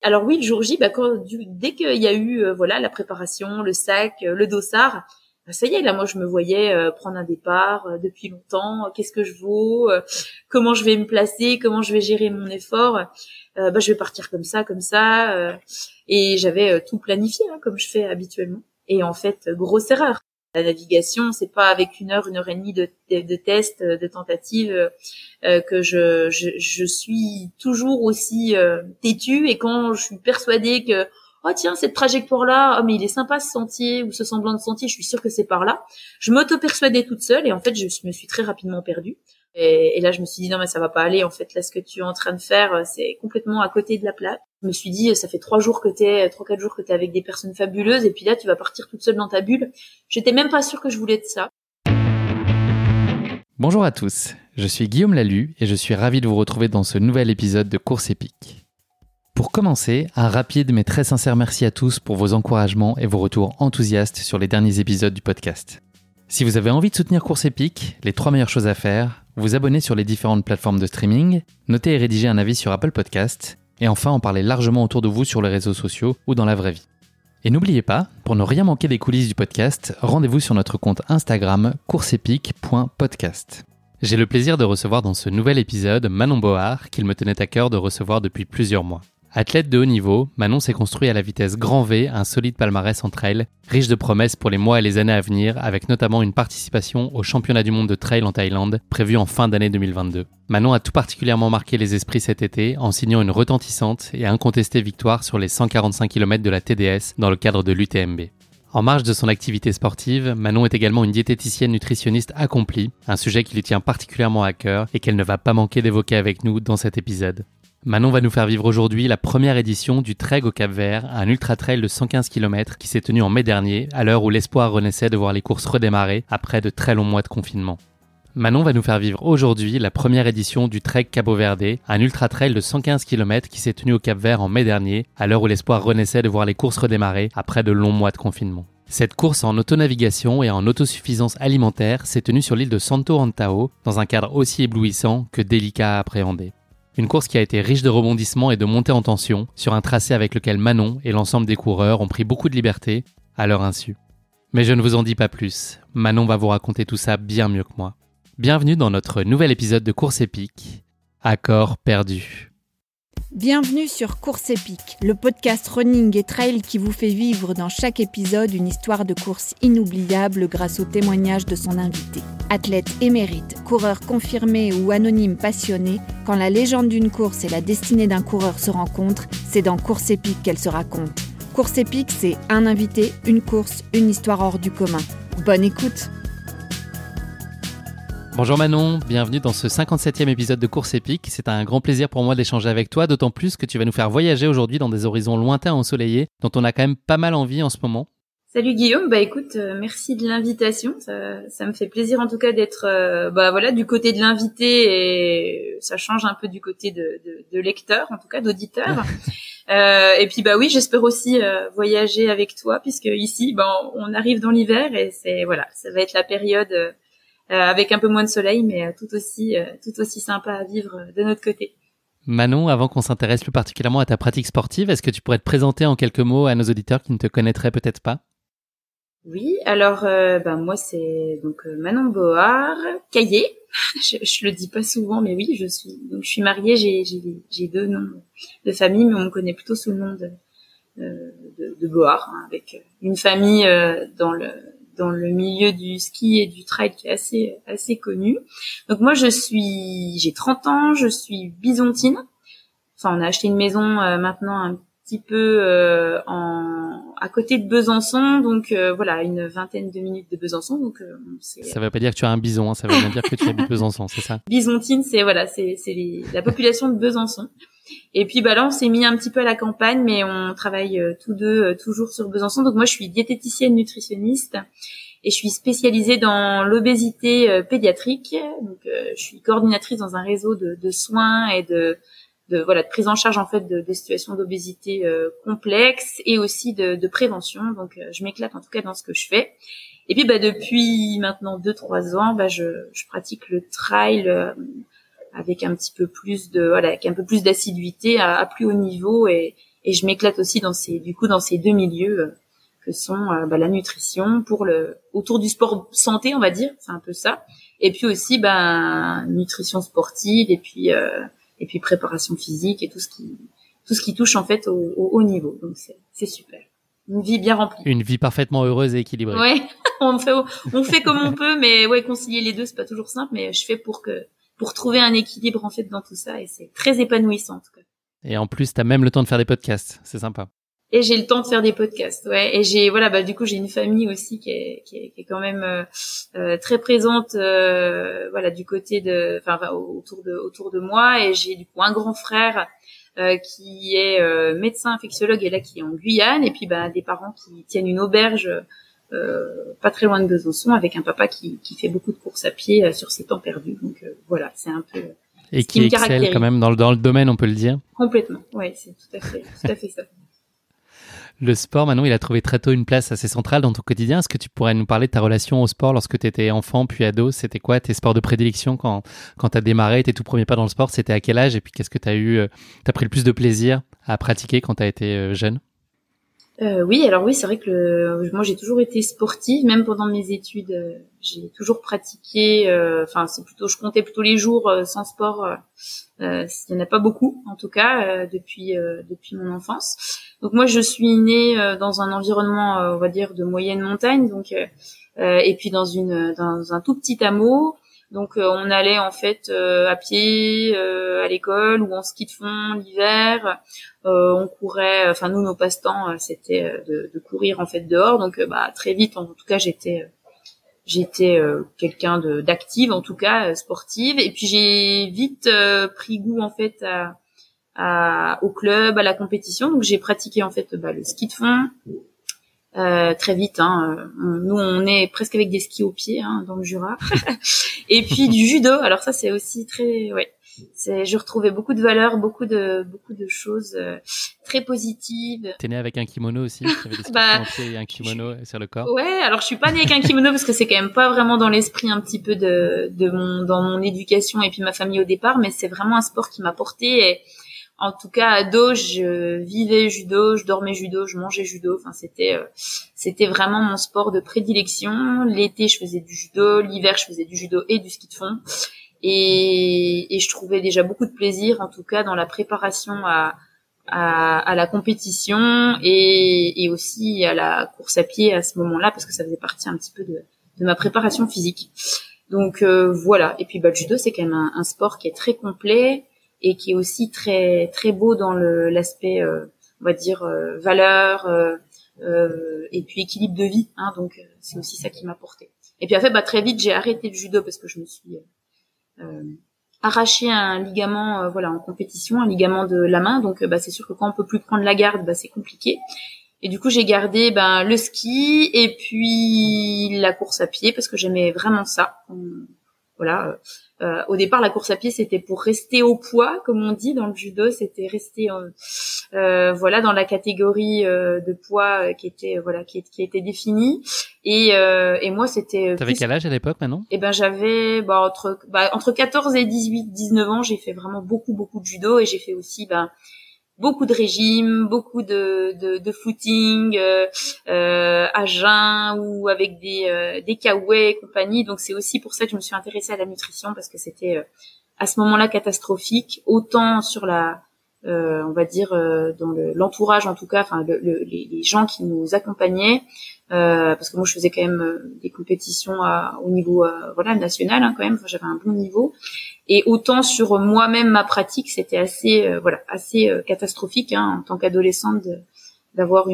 Alors oui, le jour J, dès qu'il y a eu la préparation, le sac, le dossard, ça y est, là moi je me voyais prendre un départ depuis longtemps. Qu'est-ce que je vaux, comment je vais me placer, comment je vais gérer mon effort. Je vais partir comme ça. Et j'avais tout planifié comme je fais habituellement. Et en fait, grosse erreur. La navigation, c'est pas avec 1 heure et demie de tests, de tentatives que je suis toujours aussi têtue. Et quand je suis persuadée que oh tiens, cette trajectoire-là, oh mais il est sympa ce sentier ou ce semblant de sentier, je suis sûre que c'est par là. Je m'auto-persuadais toute seule et en fait, je me suis très rapidement perdue. Et là, je me suis dit non mais ça va pas aller. En fait, là, ce que tu es en train de faire, c'est complètement à côté de la plaque. Je me suis dit, ça fait 3-4 jours que t'es avec des personnes fabuleuses et puis là, tu vas partir toute seule dans ta bulle. J'étais même pas sûre que je voulais de ça. Bonjour à tous, je suis Guillaume Lalu et je suis ravi de vous retrouver dans ce nouvel épisode de Course épique. Pour commencer, un rapide mais très sincère merci à tous pour vos encouragements et vos retours enthousiastes sur les derniers épisodes du podcast. Si vous avez envie de soutenir Course épique, les 3 meilleures choses à faire, vous abonner sur les différentes plateformes de streaming, noter et rédiger un avis sur Apple Podcasts, et enfin en parler largement autour de vous sur les réseaux sociaux ou dans la vraie vie. Et n'oubliez pas, pour ne rien manquer des coulisses du podcast, rendez-vous sur notre compte Instagram courseepique.podcast. J'ai le plaisir de recevoir dans ce nouvel épisode Manon Bohard, qu'il me tenait à cœur de recevoir depuis plusieurs mois. Athlète de haut niveau, Manon s'est construit à la vitesse grand V un solide palmarès en trail, riche de promesses pour les mois et les années à venir, avec notamment une participation au championnat du monde de trail en Thaïlande, prévu en fin d'année 2022. Manon a tout particulièrement marqué les esprits cet été en signant une retentissante et incontestée victoire sur les 145 km de la TDS dans le cadre de l'UTMB. En marge de son activité sportive, Manon est également une diététicienne nutritionniste accomplie, un sujet qui lui tient particulièrement à cœur et qu'elle ne va pas manquer d'évoquer avec nous dans cet épisode. Manon va nous faire vivre aujourd'hui la première édition du Trek au Cap-Vert, un ultra-trail de 115 km qui s'est tenu en mai dernier, à l'heure où l'espoir renaissait de voir les courses redémarrer après de très longs mois de confinement. Manon va nous faire vivre aujourd'hui la première édition du Trek Cabo Verde, un ultra-trail de 115 km qui s'est tenu au Cap-Vert en mai dernier, à l'heure où l'espoir renaissait de voir les courses redémarrer après de longs mois de confinement. Cette course en autonavigation et en autosuffisance alimentaire s'est tenue sur l'île de Santo Antão, dans un cadre aussi éblouissant que délicat à appréhender. Une course qui a été riche de rebondissements et de montées en tension, sur un tracé avec lequel Manon et l'ensemble des coureurs ont pris beaucoup de liberté, à leur insu. Mais je ne vous en dis pas plus, Manon va vous raconter tout ça bien mieux que moi. Bienvenue dans notre nouvel épisode de Course épique, Accord perdu. Bienvenue sur Course épique, le podcast running et trail qui vous fait vivre dans chaque épisode une histoire de course inoubliable grâce au témoignage de son invité. Athlète émérite, coureur confirmé ou anonyme passionné, quand la légende d'une course et la destinée d'un coureur se rencontrent, c'est dans Course épique qu'elle se raconte. Course épique, c'est un invité, une course, une histoire hors du commun. Bonne écoute! Bonjour Manon, bienvenue dans ce 57e épisode de Course épique. C'est un grand plaisir pour moi d'échanger avec toi, d'autant plus que tu vas nous faire voyager aujourd'hui dans des horizons lointains ensoleillés, dont on a quand même pas mal envie en ce moment. Salut Guillaume, écoute, merci de l'invitation. Ça me fait plaisir en tout cas d'être du côté de l'invité et ça change un peu du côté de lecteur, en tout cas d'auditeur. Et puis oui, j'espère aussi voyager avec toi puisque ici on arrive dans l'hiver et ça va être la période avec un peu moins de soleil mais tout aussi sympa à vivre de notre côté. Manon, avant qu'on s'intéresse plus particulièrement à ta pratique sportive, est-ce que tu pourrais te présenter en quelques mots à nos auditeurs qui ne te connaîtraient peut-être pas ? Oui, alors moi c'est donc Manon Bohard, Caillé. Je le dis pas souvent, mais oui, je suis mariée, j'ai 2 noms de famille, mais on me connaît plutôt sous le nom de Bohard, avec une famille dans le milieu du ski et du trail qui est assez connue. Donc moi j'ai 30 ans, je suis bisontine. Enfin, on a acheté une maison maintenant un petit peu à côté de Besançon, donc une vingtaine de minutes de Besançon. Donc ça veut pas dire que tu as un bison, ça veut bien dire que tu habites Besançon, c'est ça? Bisontine, c'est la population de Besançon. Et puis là, on s'est mis un petit peu à la campagne, mais on travaille tous deux toujours sur Besançon. Donc moi, je suis diététicienne nutritionniste et je suis spécialisée dans l'obésité pédiatrique. Donc je suis coordinatrice dans un réseau de soins et de prise en charge en fait de situations d'obésité complexes et aussi de prévention. Donc je m'éclate en tout cas dans ce que je fais. Et puis depuis maintenant 2-3 ans, je pratique le trail avec un petit peu plus avec un peu plus d'assiduité à plus haut niveau et et je m'éclate aussi dans ces deux milieux que sont la nutrition autour du sport santé, on va dire, c'est un peu ça, et puis aussi nutrition sportive et puis préparation physique et tout ce qui touche en fait au haut niveau. Donc c'est super. Une vie bien remplie. Une vie parfaitement heureuse et équilibrée. Ouais, on fait comme on peut, mais ouais, concilier les deux, c'est pas toujours simple, mais je fais pour trouver un équilibre en fait dans tout ça, et c'est très épanouissant en tout cas. Et en plus, t'as même le temps de faire des podcasts, c'est sympa. Et j'ai le temps de faire des podcasts, ouais. Et du coup j'ai une famille aussi qui est quand même très présente, du côté autour de moi, et j'ai du coup un grand frère qui est médecin infectiologue et là qui est en Guyane, et puis des parents qui tiennent une auberge pas très loin de Besançon, avec un papa qui fait beaucoup de courses à pied sur ses temps perdus. Donc voilà, c'est un peu et qui excelle quand même dans le domaine, on peut le dire. Complètement, ouais, c'est tout à fait ça. Le sport, Manon, il a trouvé très tôt une place assez centrale dans ton quotidien. Est-ce que tu pourrais nous parler de ta relation au sport lorsque tu étais enfant puis ado? C'était quoi tes sports de prédilection quand tu as démarré tes tout premiers pas dans le sport? C'était à quel âge? Et puis qu'est-ce que t'as pris le plus de plaisir à pratiquer quand tu as été jeune? Oui, c'est vrai que moi j'ai toujours été sportive, même pendant mes études, j'ai toujours pratiqué. Je comptais plutôt les jours sans sport. Il y en a pas beaucoup, en tout cas, depuis mon enfance. Donc moi je suis née dans un environnement, on va dire, de moyenne montagne, donc et puis dans un tout petit hameau. Donc on allait en fait à pied à l'école ou en ski de fond l'hiver. On courait. Enfin nous nos passe-temps c'était de courir en fait dehors. Donc très vite en tout cas j'étais quelqu'un d'active, en tout cas sportive. Et puis j'ai vite pris goût en fait au club, à la compétition. Donc j'ai pratiqué en fait le ski de fond. Très vite, nous on est presque avec des skis aux pieds dans le Jura. Et puis du judo. Alors ça c'est aussi très, ouais. Je retrouvais beaucoup de valeurs, beaucoup de choses très positives. T'es née avec un kimono aussi? T'avais des skis aux pieds et un kimono sur le corps? Ouais, alors je suis pas née avec un kimono parce que c'est quand même pas vraiment dans l'esprit un petit peu dans mon éducation et puis ma famille au départ, mais c'est vraiment un sport qui m'a portée. Et en tout cas, ado, je vivais judo, je dormais judo, je mangeais judo. Enfin, c'était vraiment mon sport de prédilection. L'été, je faisais du judo. L'hiver, je faisais du judo et du ski de fond. Et je trouvais déjà beaucoup de plaisir, en tout cas, dans la préparation à la compétition et aussi à la course à pied à ce moment-là, parce que ça faisait partie un petit peu de ma préparation physique. Donc, voilà. Et puis, le judo, c'est quand même un sport qui est très complet, et qui est aussi très très beau dans l'aspect on va dire valeur et puis équilibre de vie, donc c'est aussi ça qui m'a porté. Et puis en fait très vite j'ai arrêté le judo parce que je me suis arraché un ligament en compétition, un ligament de la main, donc c'est sûr que quand on peut plus prendre la garde, c'est compliqué. Et du coup j'ai gardé le ski et puis la course à pied parce que j'aimais vraiment ça. Voilà. Au départ, la course à pied, c'était pour rester au poids, comme on dit dans le judo. C'était rester, dans la catégorie de poids qui était définie. Et moi, c'était. T'avais quel âge à l'époque, Manon? Eh ben, j'avais entre 14 et 19 ans. J'ai fait vraiment beaucoup de judo, et j'ai fait aussi beaucoup de régimes, beaucoup de footing à jeun ou avec des kawaii et compagnie. Donc c'est aussi pour ça que je me suis intéressée à la nutrition, parce que c'était à ce moment-là catastrophique, autant sur on va dire dans l'entourage en tout cas, les gens qui nous accompagnaient, parce que moi je faisais quand même des compétitions au niveau national quand même. Enfin, j'avais un bon niveau. Et autant sur moi-même, ma pratique, c'était assez catastrophique en tant qu'adolescente d'avoir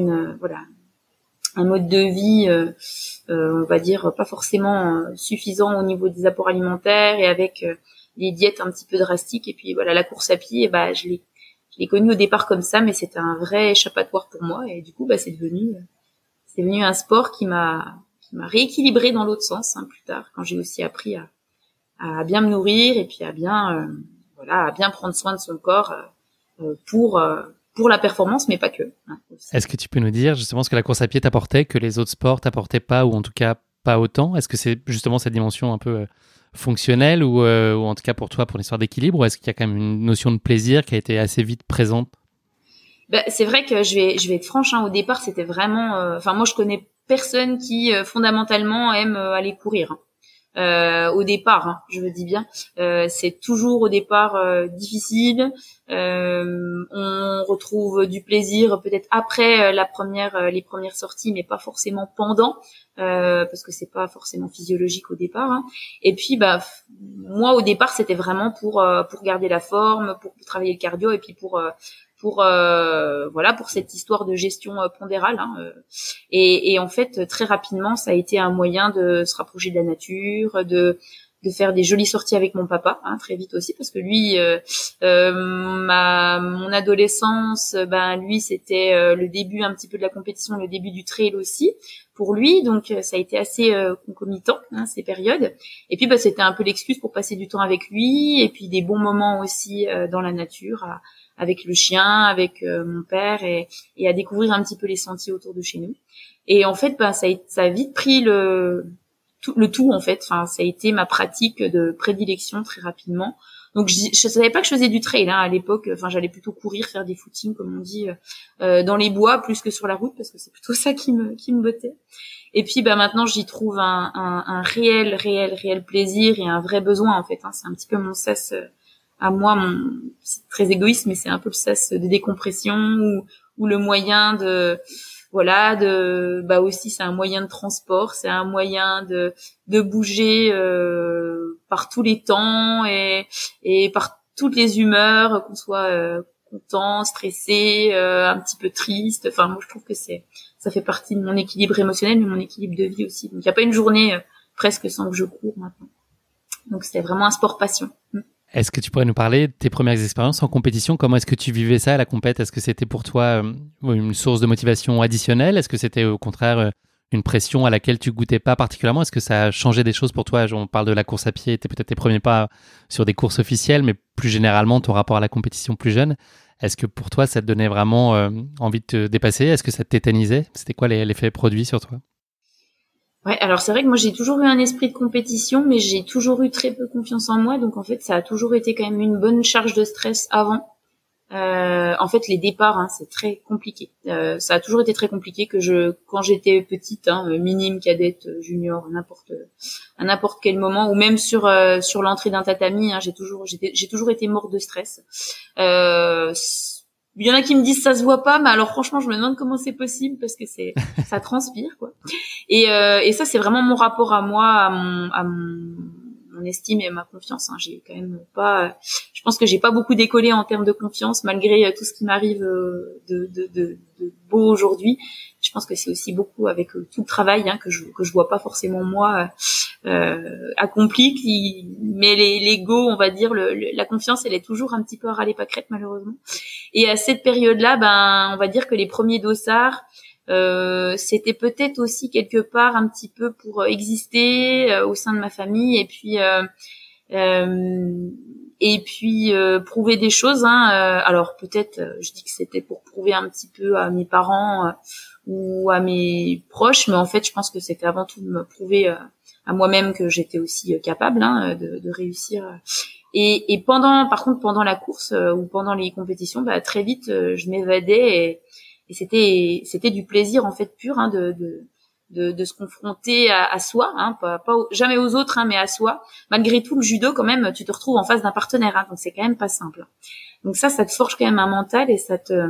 un mode de vie on va dire pas forcément suffisant au niveau des apports alimentaires, et avec des diètes un petit peu drastiques. Et puis la course à pied, je l'ai connue au départ comme ça, mais c'était un vrai échappatoire pour moi, et du coup c'est devenu un sport qui m'a rééquilibré dans l'autre sens plus tard, quand j'ai aussi appris à bien me nourrir et puis à bien prendre soin de son corps pour la performance, mais pas que. Est-ce que tu peux nous dire justement ce que la course à pied t'apportait, que les autres sports t'apportaient pas, ou en tout cas pas autant? Est-ce que c'est justement cette dimension un peu fonctionnelle, ou en tout cas pour toi, pour l'histoire d'équilibre, ou est-ce qu'il y a quand même une notion de plaisir qui a été assez vite présente? C'est vrai que je vais être franche, hein, au départ c'était vraiment, enfin moi je connais personne qui fondamentalement aime aller courir. Au départ, hein, je le dis bien, c'est toujours au départ difficile. On retrouve du plaisir peut-être après les premières sorties, mais pas forcément pendant, parce que c'est pas forcément physiologique au départ. Hein. Et puis, moi au départ, c'était vraiment pour garder la forme, pour travailler le cardio, et puis pour cette histoire de gestion pondérale. Hein, et en fait, très rapidement, ça a été un moyen de se rapprocher de la nature, de faire des jolies sorties avec mon papa, hein, très vite aussi, parce que lui, mon adolescence, lui, c'était le début un petit peu de la compétition, le début du trail aussi pour lui, donc ça a été assez concomitant, hein, ces périodes. Et puis, c'était un peu l'excuse pour passer du temps avec lui, et puis des bons moments aussi dans la nature, avec le chien, avec mon père, et à découvrir un petit peu les sentiers autour de chez nous. Et en fait, ça a vite pris le tout en fait. Enfin, ça a été ma pratique de prédilection très rapidement. Donc je savais pas que je faisais du trail, hein, à l'époque. Enfin, j'allais plutôt courir, faire des footings comme on dit dans les bois plus que sur la route, parce que c'est plutôt ça qui me bottait. Et puis maintenant j'y trouve un réel plaisir et un vrai besoin en fait. Hein. C'est un petit peu mon sas à moi, c'est très égoïste, mais c'est un peu le sas de décompression ou le moyen aussi c'est un moyen de transport, c'est un moyen de bouger par tous les temps et par toutes les humeurs, qu'on soit content, stressé, un petit peu triste. Enfin, moi je trouve que ça fait partie de mon équilibre émotionnel, mais mon équilibre de vie aussi. Donc il y a pas une journée presque sans que je cours maintenant. Donc c'était vraiment un sport passion. Est-ce que tu pourrais nous parler de tes premières expériences en compétition? Comment est-ce que tu vivais ça, la compète? Est-ce que c'était pour toi une source de motivation additionnelle? Est-ce que c'était au contraire une pression à laquelle tu goûtais pas particulièrement? Est-ce que ça a changé des choses pour toi? On parle de la course à pied, peut-être tes premiers pas sur des courses officielles, mais plus généralement ton rapport à la compétition plus jeune. Est-ce que pour toi, ça te donnait vraiment envie de te dépasser? Est-ce que ça te tétanisait? C'était quoi l'effet produit sur toi? Ouais, alors c'est vrai que moi j'ai toujours eu un esprit de compétition, mais j'ai toujours eu très peu confiance en moi, donc en fait ça a toujours été quand même une bonne charge de stress avant. En fait les départs, hein, c'est très compliqué. Ça a toujours été très compliqué quand j'étais petite, hein, minime, cadette, junior, à n'importe quel moment, ou même sur l'entrée d'un tatami, hein, j'ai toujours été morte de stress. Il y en a qui me disent ça se voit pas, mais alors franchement je me demande comment c'est possible, parce que ça transpire quoi. Et ça c'est vraiment mon rapport à moi, à mon estime et ma confiance. Hein. J'ai quand même pas, je pense que j'ai pas beaucoup décollé en termes de confiance malgré tout ce qui m'arrive de beau aujourd'hui. Je pense que c'est aussi beaucoup avec tout le travail, hein, que je vois pas forcément moi accompli, mais l'ego, on va dire, la confiance, elle est toujours un petit peu à râler pâquerette malheureusement. Et à cette période-là, on va dire que les premiers dossards, c'était peut-être aussi quelque part un petit peu pour exister au sein de ma famille et puis prouver des choses, hein. Alors peut-être je dis que c'était pour prouver un petit peu à mes parents ou à mes proches, mais en fait je pense que c'était avant tout de me prouver à moi-même que j'étais aussi capable, hein, de réussir. Et par contre pendant la course ou pendant les compétitions, très vite je m'évadais et c'était du plaisir en fait pur, hein, de se confronter à soi, hein, pas jamais aux autres, hein, mais à soi. Malgré tout, le judo quand même, tu te retrouves en face d'un partenaire, hein, donc c'est quand même pas simple. Donc ça te forge quand même un mental et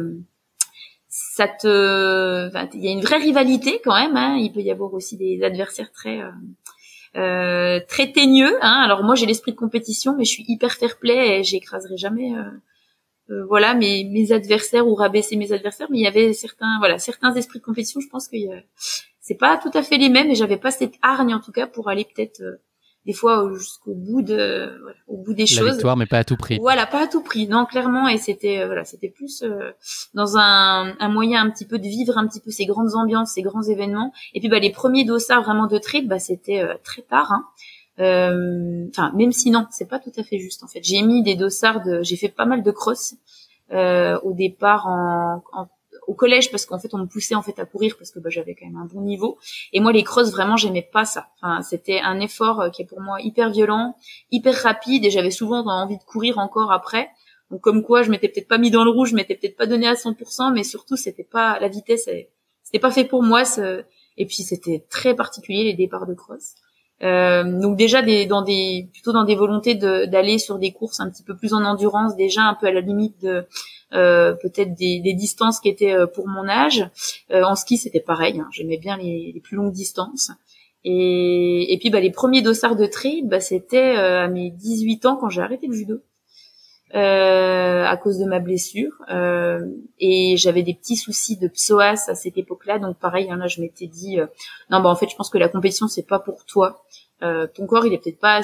il y a une vraie rivalité quand même, hein. Il peut y avoir aussi des adversaires très teigneux, hein. Alors moi j'ai l'esprit de compétition, mais je suis hyper fair-play et j'écraserai jamais mes adversaires ou rabaisser mes adversaires, mais il y avait certains esprits de compétition, je pense que c'est pas tout à fait les mêmes et j'avais pas cette hargne en tout cas pour aller peut-être des fois jusqu'au bout au bout des choses. La victoire, mais pas à tout prix. Voilà, pas à tout prix, non, clairement. Et c'était plus dans un moyen un petit peu de vivre un petit peu ces grandes ambiances, ces grands événements. Et puis les premiers dossards vraiment de trail, c'était très tard, hein. Même si non, c'est pas tout à fait juste en fait. J'ai mis des dossards j'ai fait pas mal de cross au départ au collège, parce qu'en fait on me poussait en fait à courir parce que j'avais quand même un bon niveau, et moi les crosses vraiment j'aimais pas ça. Enfin, c'était un effort qui est pour moi hyper violent, hyper rapide, et j'avais souvent envie de courir encore après. Donc comme quoi, je m'étais peut-être pas mis dans le rouge, je m'étais peut-être pas donné à 100%, mais surtout c'était pas la vitesse, c'était pas fait pour moi. Et puis c'était très particulier les départs de cross. Donc déjà plutôt dans des volontés d'aller sur des courses un petit peu plus en endurance, déjà un peu à la limite de peut-être des distances qui étaient pour mon âge. En ski c'était pareil, hein, j'aimais bien les plus longues distances. Et puis les premiers dossards de trail, c'était à mes 18 ans quand j'ai arrêté le judo. À cause de ma blessure, et j'avais des petits soucis de psoas à cette époque-là, donc pareil, hein, là je m'étais dit non, en fait je pense que la compétition c'est pas pour toi, ton corps il est peut-être pas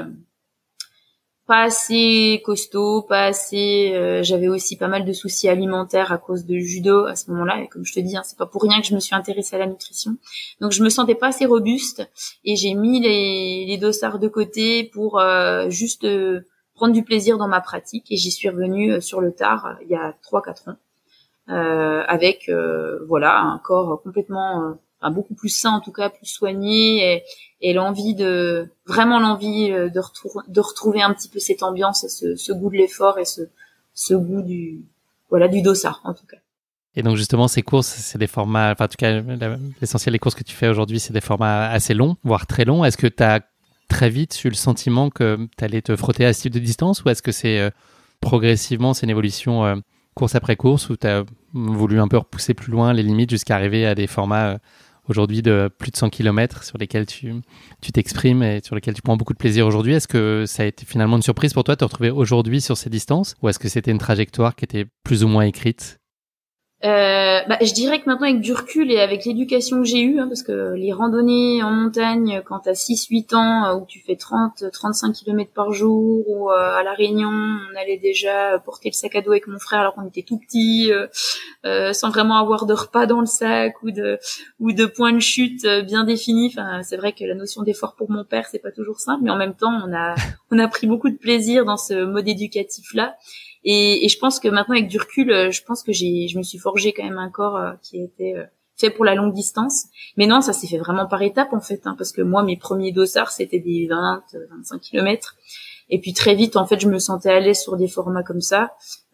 assez costaud, pas assez. J'avais aussi pas mal de soucis alimentaires à cause de judo à ce moment-là, et comme je te dis, hein, c'est pas pour rien que je me suis intéressée à la nutrition, donc je me sentais pas assez robuste, et j'ai mis les dossards de côté pour juste prendre du plaisir dans ma pratique, et j'y suis revenue sur le tard il y a 3-4 ans avec un corps complètement beaucoup plus sain, en tout cas plus soigné, et l'envie de retrouver un petit peu cette ambiance et ce goût de l'effort et ce goût du dossard en tout cas. Et donc justement, ces courses, c'est des formats, enfin en tout cas l'essentiel des courses que tu fais aujourd'hui, c'est des formats assez longs, voire très longs. Est-ce que tu as très vite eu le sentiment que tu allais te frotter à ce type de distance, ou est-ce que c'est progressivement, c'est une évolution course après course, où tu as voulu un peu repousser plus loin les limites jusqu'à arriver à des formats aujourd'hui de plus de 100 km sur lesquels tu t'exprimes et sur lesquels tu prends beaucoup de plaisir aujourd'hui? Est-ce que ça a été finalement une surprise pour toi de te retrouver aujourd'hui sur ces distances, ou est-ce que c'était une trajectoire qui était plus ou moins écrite? Je dirais que maintenant, avec du recul et avec l'éducation que j'ai eue, parce que les randonnées en montagne quand t'as 6-8 ans, où tu fais 30-35 km par jour, ou à La Réunion, on allait déjà porter le sac à dos avec mon frère alors qu'on était tout petit, sans vraiment avoir de repas dans le sac ou de points de chute bien définis. Enfin, c'est vrai que la notion d'effort pour mon père, c'est pas toujours simple, mais en même temps, on a pris beaucoup de plaisir dans ce mode éducatif-là. Et je pense que maintenant, avec du recul, je pense que je me suis forgé quand même un corps qui a été fait pour la longue distance. Mais non, ça s'est fait vraiment par étapes en fait, hein, parce que moi, mes premiers dossards, c'était des 20-25 km. Et puis très vite, en fait, je me sentais à l'aise sur des formats comme ça.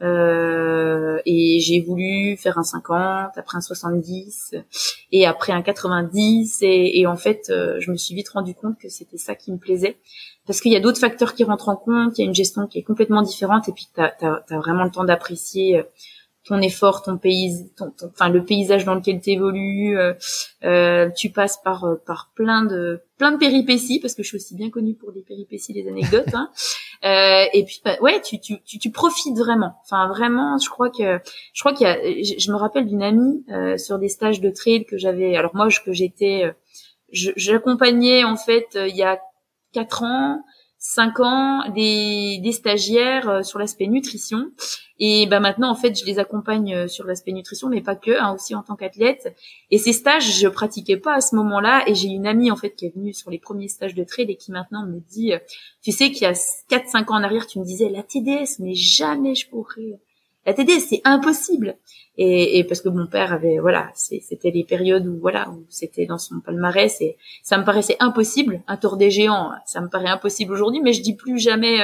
Et j'ai voulu faire un 50, après un 70, et après un 90. Et en fait, je me suis vite rendu compte que c'était ça qui me plaisait. Parce qu'il y a d'autres facteurs qui rentrent en compte, il y a une gestion qui est complètement différente, et puis t'as vraiment le temps d'apprécier ton effort, ton pays, le paysage dans lequel t'évolues. Tu passes par plein de péripéties, parce que je suis aussi bien connue pour des péripéties, des anecdotes. Hein. Et puis tu profites vraiment. Enfin vraiment, je crois qu'il y a. Je me rappelle d'une amie sur des stages de trail que j'avais. Alors moi, j'accompagnais en fait il y a 4 ans, 5 ans, des stagiaires sur l'aspect nutrition. Et maintenant, en fait, je les accompagne sur l'aspect nutrition, mais pas que, hein, aussi en tant qu'athlète. Et ces stages, je pratiquais pas à ce moment-là. Et j'ai une amie, en fait, qui est venue sur les premiers stages de trail et qui maintenant me dit, tu sais qu'il y a 4-5 ans en arrière, tu me disais, la TDS, mais jamais je pourrais. La TDS, c'est impossible. Et parce que mon père avait, c'était les périodes où c'était dans son palmarès, et ça me paraissait impossible. Un tour des géants, ça me paraît impossible aujourd'hui, mais je dis plus jamais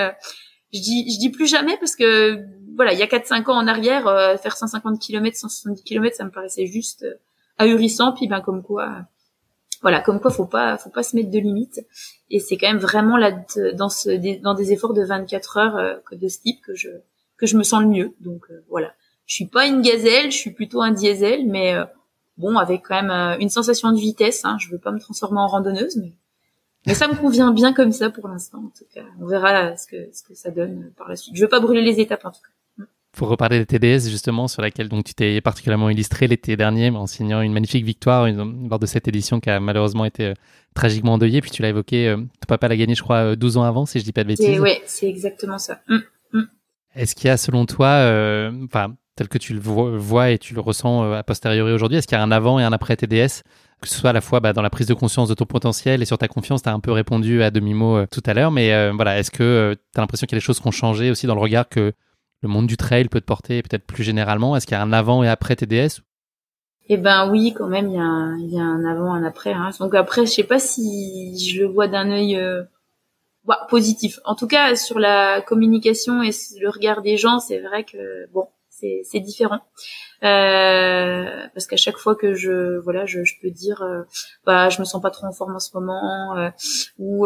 parce que, il y a 4-5 ans en arrière, faire 150 km, 170 km, ça me paraissait juste ahurissant. Puis, comme quoi faut pas se mettre de limites. Et c'est quand même vraiment là, dans des efforts de 24 heures, de ce type que je me sens le mieux. Donc, voilà. Je suis pas une gazelle, je suis plutôt un diesel, mais avec quand même une sensation de vitesse. Hein. Je veux pas me transformer en randonneuse, mais ça me convient bien comme ça pour l'instant. En tout cas, on verra ce que ça donne par la suite. Je veux pas brûler les étapes en tout cas. Pour reparler des TDS justement, sur laquelle donc tu t'es particulièrement illustré l'été dernier en signant une magnifique victoire lors de cette édition qui a malheureusement été tragiquement endeuillée. Puis tu l'as évoqué, ton papa l'a gagné, je crois, 12 ans avant, si je dis pas de bêtises. Oui, c'est exactement ça. Est-ce qu'il y a, selon toi, tel que tu le vois et tu le ressens a posteriori aujourd'hui, est-ce qu'il y a un avant et un après TDS, que ce soit à la fois dans la prise de conscience de ton potentiel et sur ta confiance? Tu as un peu répondu à demi-mot tout à l'heure, mais est-ce que tu as l'impression qu'il y a des choses qui ont changé aussi dans le regard que le monde du trail peut te porter, peut-être plus généralement? Est-ce qu'il y a un avant et après TDS? Eh ben oui, quand même, il y a un avant, un après. Hein. Donc après, je sais pas si je le vois d'un œil positif. En tout cas, sur la communication et le regard des gens, c'est vrai que c'est différent. Parce qu'à chaque fois que je peux dire je me sens pas trop en forme en ce moment, ou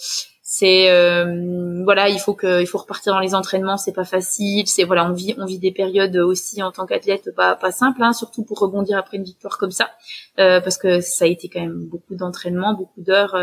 il faut repartir dans les entraînements, c'est pas facile, on vit des périodes aussi en tant qu'athlète pas simples, hein, surtout pour rebondir après une victoire comme ça, parce que ça a été quand même beaucoup d'entraînement, beaucoup d'heures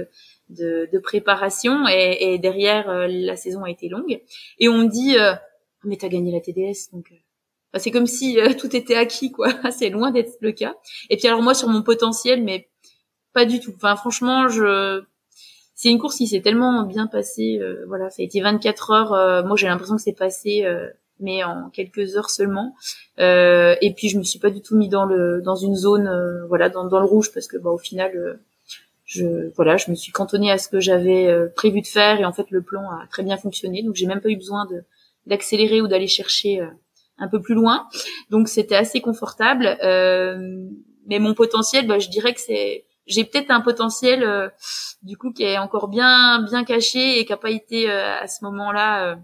de préparation, et derrière la saison a été longue, et on me dit mais t'as gagné la TDS, donc c'est comme si tout était acquis, quoi. C'est loin d'être le cas. Et puis alors moi, sur mon potentiel, mais pas du tout. Enfin, franchement, c'est une course qui s'est tellement bien passée. Ça a été 24 heures. Moi, j'ai l'impression que c'est passé, mais en quelques heures seulement. Et puis, je me suis pas du tout mis dans une zone, dans le rouge, parce que au final, je me suis cantonnée à ce que j'avais prévu de faire, et en fait, le plan a très bien fonctionné. Donc, j'ai même pas eu besoin d'accélérer ou d'aller chercher un peu plus loin, donc c'était assez confortable, mais mon potentiel, je dirais que j'ai peut-être un potentiel du coup qui est encore bien caché et qui a pas été à ce moment-là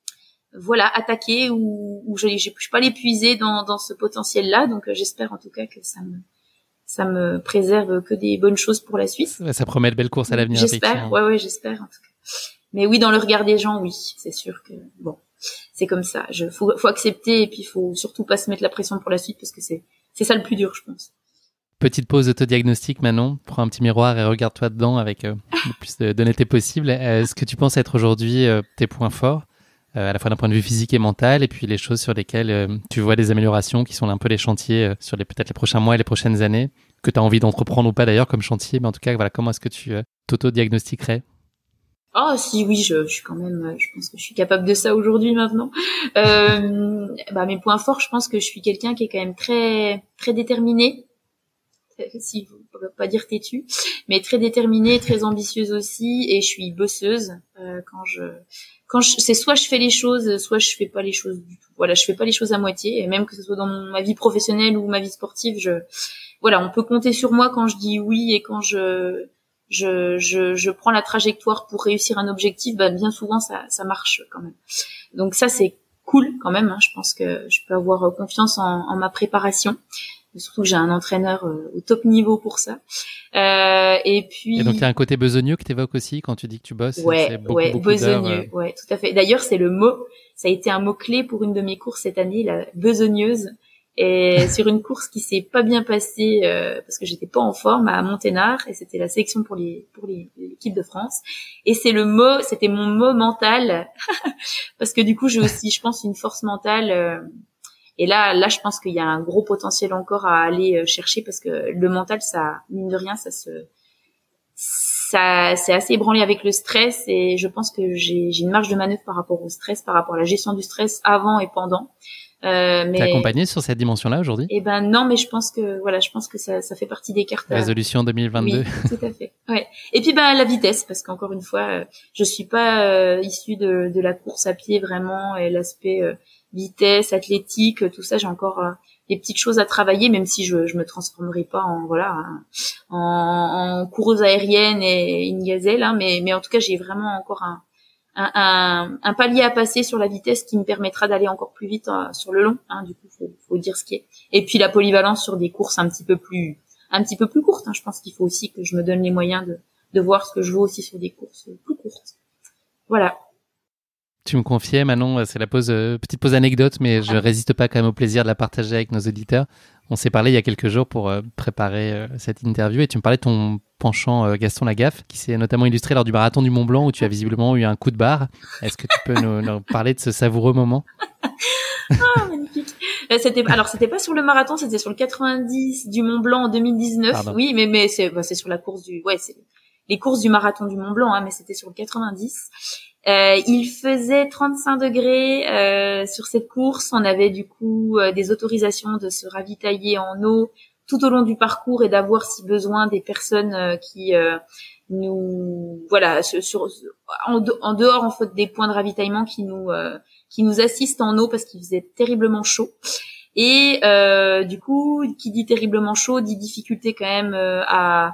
attaqué, ou je suis pas l'épuiser dans ce potentiel-là, donc j'espère en tout cas que ça me préserve que des bonnes choses pour la suite. Ça promet de belles courses à l'avenir. J'espère, j'espère en tout cas. Mais oui, dans le regard des gens, oui, c'est sûr que c'est comme ça. Faut accepter, et puis faut surtout pas se mettre la pression pour la suite, parce que c'est ça le plus dur, je pense. Petite pause autodiagnostic, Manon. Prends un petit miroir et regarde-toi dedans avec le plus d'honnêteté possible. Est-ce que tu penses être aujourd'hui tes points forts, à la fois d'un point de vue physique et mental, et puis les choses sur lesquelles tu vois des améliorations, qui sont un peu les chantiers sur peut-être les prochains mois et les prochaines années, que tu as envie d'entreprendre ou pas d'ailleurs comme chantier, mais en tout cas, comment est-ce que tu t'auto-diagnostiquerais? Oh si, oui, je suis quand même, je pense que je suis capable de ça aujourd'hui maintenant. Mes points forts, je pense que je suis quelqu'un qui est quand même très très déterminé, si on peut pas dire têtu, mais très déterminée, très ambitieuse aussi, et je suis bosseuse. C'est soit je fais les choses, soit je fais pas les choses du tout. Je fais pas les choses à moitié, et même que ce soit dans ma vie professionnelle ou ma vie sportive, on peut compter sur moi quand je dis oui, et quand je prends la trajectoire pour réussir un objectif, bien souvent ça marche quand même. Donc ça, c'est cool quand même, hein. Je pense que je peux avoir confiance en ma préparation. Surtout que j'ai un entraîneur au top niveau pour ça. Et donc il y a un côté besogneux que tu évoques aussi quand tu dis que tu bosses. Ouais, beaucoup besogneux, ouais, tout à fait. D'ailleurs, c'est le mot, ça a été un mot clé pour une de mes courses cette année, la besogneuse. Et sur une course qui s'est pas bien passée parce que j'étais pas en forme à Monténard, et c'était la sélection pour l'équipe de France, et c'était mon mot mental parce que du coup j'ai aussi, je pense, une force mentale, et là je pense qu'il y a un gros potentiel encore à aller chercher, parce que le mental, ça, mine de rien, ça c'est assez ébranlé avec le stress, et je pense que j'ai une marge de manœuvre par rapport au stress, par rapport à la gestion du stress avant et pendant. T'es accompagné sur cette dimension-là aujourd'hui? Non, mais je pense que ça fait partie des cartes. Résolution 2022. Oui, tout à fait. Ouais. Et puis la vitesse, parce qu'encore une fois, je suis pas issue de la course à pied vraiment, et l'aspect vitesse, athlétique, tout ça, j'ai encore des petites choses à travailler, même si je me transformerai pas en coureuse aérienne et une gazelle, hein, mais en tout cas, j'ai vraiment encore un palier à passer sur la vitesse qui me permettra d'aller encore plus vite sur le long, hein. Du coup, faut dire ce qui est. Et puis la polyvalence sur des courses un petit peu plus courtes, hein. Je pense qu'il faut aussi que je me donne les moyens de voir ce que je veux aussi sur des courses plus courtes. Voilà. Tu me confiais, Manon, c'est la petite pause anecdote, mais je résiste pas quand même au plaisir de la partager avec nos auditeurs. On s'est parlé il y a quelques jours pour préparer cette interview, et tu me parlais de ton penchant Gaston Lagaffe, qui s'est notamment illustré lors du marathon du Mont Blanc, où tu as visiblement eu un coup de barre. Est-ce que tu peux nous parler de ce savoureux moment? Ah, magnifique. C'était pas sur le marathon, c'était sur le 90 du Mont Blanc en 2019. Pardon. Oui, mais c'est sur la course c'est les courses du marathon du Mont Blanc, hein, mais c'était sur le 90. Il faisait 35 degrés sur cette course. On avait du coup des autorisations de se ravitailler en eau tout au long du parcours, et d'avoir, si besoin, des personnes qui nous en dehors en fait des points de ravitaillement, qui nous assistent en eau, parce qu'il faisait terriblement chaud. Et du coup, qui dit terriblement chaud dit difficulté quand même à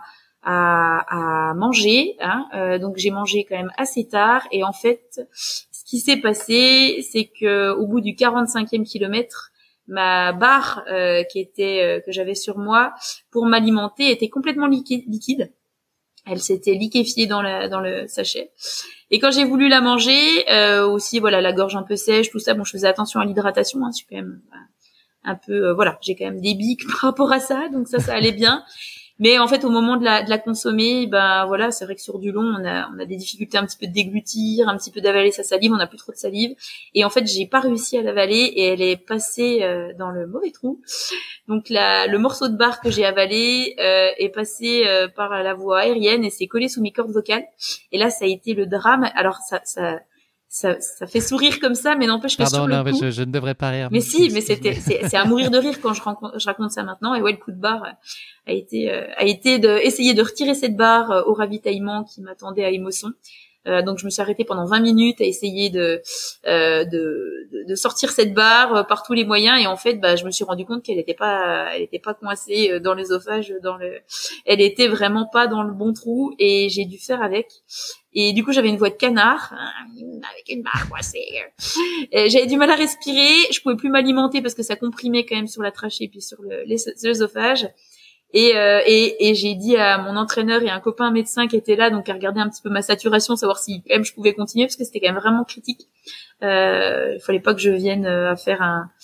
à manger, hein. Donc j'ai mangé quand même assez tard et en fait, ce qui s'est passé, c'est que au bout du 45e kilomètre, ma barre que j'avais sur moi pour m'alimenter était complètement liquide. Elle s'était liquéfiée dans le sachet. Et quand j'ai voulu la manger, aussi voilà, la gorge un peu sèche, tout ça. Bon, je faisais attention à l'hydratation, hein, je suis quand même un peu voilà, j'ai quand même des bics par rapport à ça, donc ça allait bien. Mais en fait, au moment de la consommer, ben voilà, c'est vrai que sur du long, on a des difficultés un petit peu de déglutir, un petit peu d'avaler sa salive, on n'a plus trop de salive. Et en fait, j'ai pas réussi à l'avaler et elle est passée dans le mauvais trou. Donc le morceau de barre que j'ai avalé est passé par la voie aérienne et s'est collé sous mes cordes vocales. Et là, ça a été le drame. Alors ça fait sourire comme ça, mais n'empêche que sur le coup... je ne devrais pas rire. Mais si, mais c'est à mourir de rire quand je raconte ça maintenant. Et ouais, le coup de barre a été essayer de retirer cette barre au ravitaillement qui m'attendait à Émosson. Donc je me suis arrêtée pendant 20 minutes à essayer de sortir cette barre par tous les moyens et en fait je me suis rendu compte qu'elle était pas coincée dans l'œsophage, elle était vraiment pas dans le bon trou et j'ai dû faire avec. Et du coup j'avais une voix de canard avec une barre coincée. J'avais du mal à respirer, je pouvais plus m'alimenter parce que ça comprimait quand même sur la trachée puis sur l'œsophage. Et j'ai dit à mon entraîneur et un copain médecin qui était là, donc à regarder un petit peu ma saturation, savoir si quand même je pouvais continuer parce que c'était quand même vraiment critique. Il fallait pas que je vienne à faire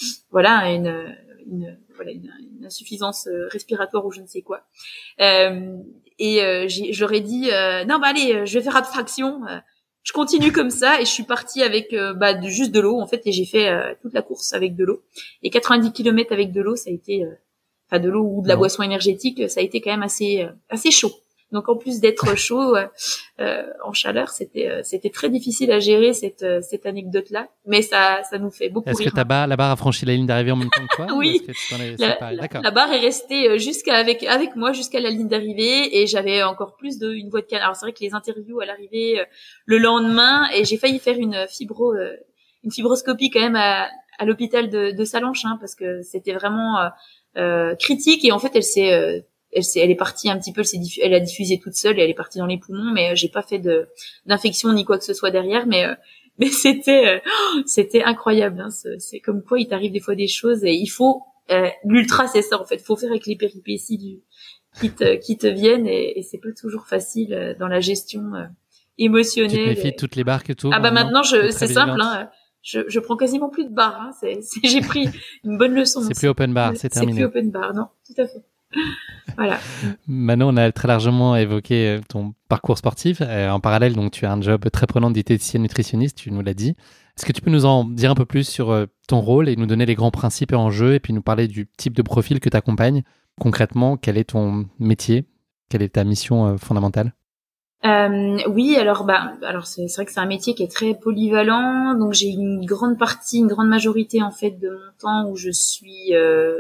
une insuffisance respiratoire ou je ne sais quoi. J'aurais dit non allez, je vais faire abstraction. Je continue comme ça et je suis partie avec juste de l'eau en fait et j'ai fait toute la course avec de l'eau. Et 90 km avec de l'eau, ça a été de l'eau ou de la boisson énergétique, ça a été quand même assez chaud. Donc en plus d'être chaud en chaleur, c'était très difficile à gérer cette anecdote là, mais ça nous fait beaucoup rire. Est-ce que la barre a franchi la ligne d'arrivée en même temps que toi? Oui. D'accord. La barre est restée avec moi jusqu'à la ligne d'arrivée et j'avais encore plus une voix de canard. Alors c'est vrai que les interviews à l'arrivée le lendemain et j'ai failli faire une fibroscopie quand même à l'hôpital de Sallanches parce que c'était vraiment critique et en fait elle est partie un petit peu, elle a diffusé toute seule et elle est partie dans les poumons, mais j'ai pas fait d'infection ni quoi que ce soit derrière, mais c'était incroyable. C'est comme quoi il t'arrive des fois des choses et il faut l'ultra, c'est ça en fait, faut faire avec les péripéties qui te viennent et c'est pas toujours facile dans la gestion émotionnelle. Tu te méfies de toutes les barres que tu ouvres? Maintenant c'est simple. Je prends quasiment plus de barres. J'ai pris une bonne leçon. C'est plus open bar, c'est terminé. C'est plus open bar, non, tout à fait. Voilà. Manon, on a très largement évoqué ton parcours sportif. En parallèle, donc, tu as un job très prenant de diététicienne nutritionniste, tu nous l'as dit. Est-ce que tu peux nous en dire un peu plus sur ton rôle et nous donner les grands principes et enjeux et puis nous parler du type de profil que tu accompagnes? Concrètement, quel est ton métier? Quelle est ta mission fondamentale? Oui, alors c'est vrai que c'est un métier qui est très polyvalent, donc j'ai une grande majorité en fait de mon temps où je suis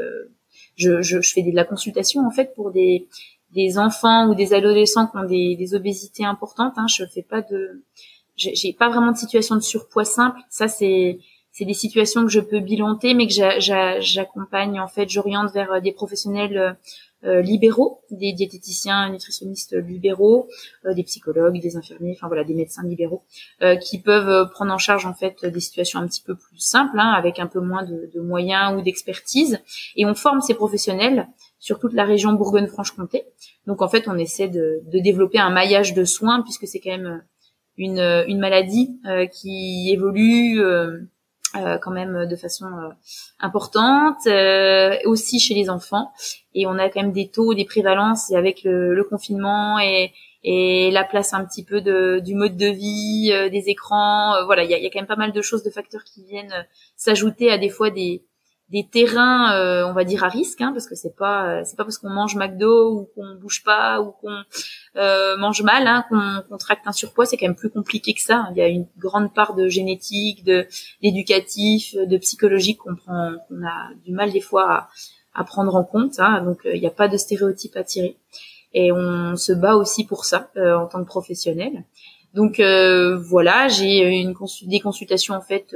je fais de la consultation en fait pour des enfants ou des adolescents qui ont des obésités importantes. Je fais pas j'ai pas vraiment de situation de surpoids simple. Ça c'est des situations que je peux bilanter, mais que j'accompagne en fait, j'oriente vers des professionnels libéraux, des diététiciens, nutritionnistes libéraux, des psychologues, des infirmiers, enfin voilà, des médecins libéraux qui peuvent prendre en charge en fait des situations un petit peu plus simples, avec un peu moins de moyens ou d'expertise. Et on forme ces professionnels sur toute la région Bourgogne-Franche-Comté. Donc en fait, on essaie de développer un maillage de soins puisque c'est quand même une maladie qui évolue quand même de façon importante, aussi chez les enfants, et on a quand même des taux, des prévalences, et avec le confinement et la place un petit peu du mode de vie, des écrans, voilà, il y a quand même pas mal de choses, de facteurs qui viennent s'ajouter à des fois des terrains, on va dire à risque, parce que c'est pas parce qu'on mange McDo ou qu'on bouge pas ou qu'on mange mal, qu'on contracte un surpoids. C'est quand même plus compliqué que ça. Il y a une grande part de génétique, d'éducatif, de psychologique qu'on a du mal des fois à prendre en compte. Donc il n'y a pas de stéréotypes à tirer. Et on se bat aussi pour ça en tant que professionnel. Donc voilà, j'ai des consultations en fait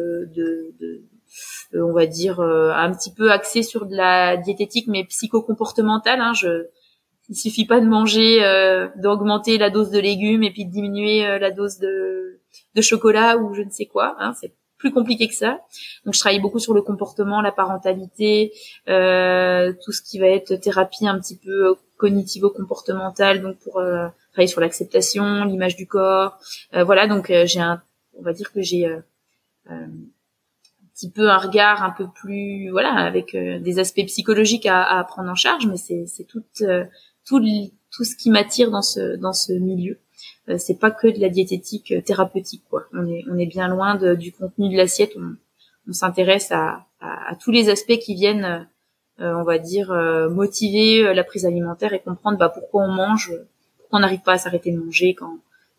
on va dire un petit peu axé sur de la diététique mais psycho-comportementale. Il suffit pas de manger, d'augmenter la dose de légumes et puis de diminuer la dose de chocolat ou je ne sais quoi. Hein, c'est plus compliqué que ça. Donc je travaille beaucoup sur le comportement, la parentalité, tout ce qui va être thérapie un petit peu cognitivo-comportementale, donc pour travailler sur l'acceptation, l'image du corps. Voilà, donc on va dire que j'ai un petit peu un regard un peu plus, voilà, avec des aspects psychologiques à prendre en charge, mais c'est tout ce qui m'attire dans ce milieu. C'est pas que de la diététique thérapeutique, quoi. On est bien loin du contenu de l'assiette. On s'intéresse à tous les aspects qui viennent, on va dire, motiver la prise alimentaire et comprendre pourquoi on mange, pourquoi on n'arrive pas à s'arrêter de manger quand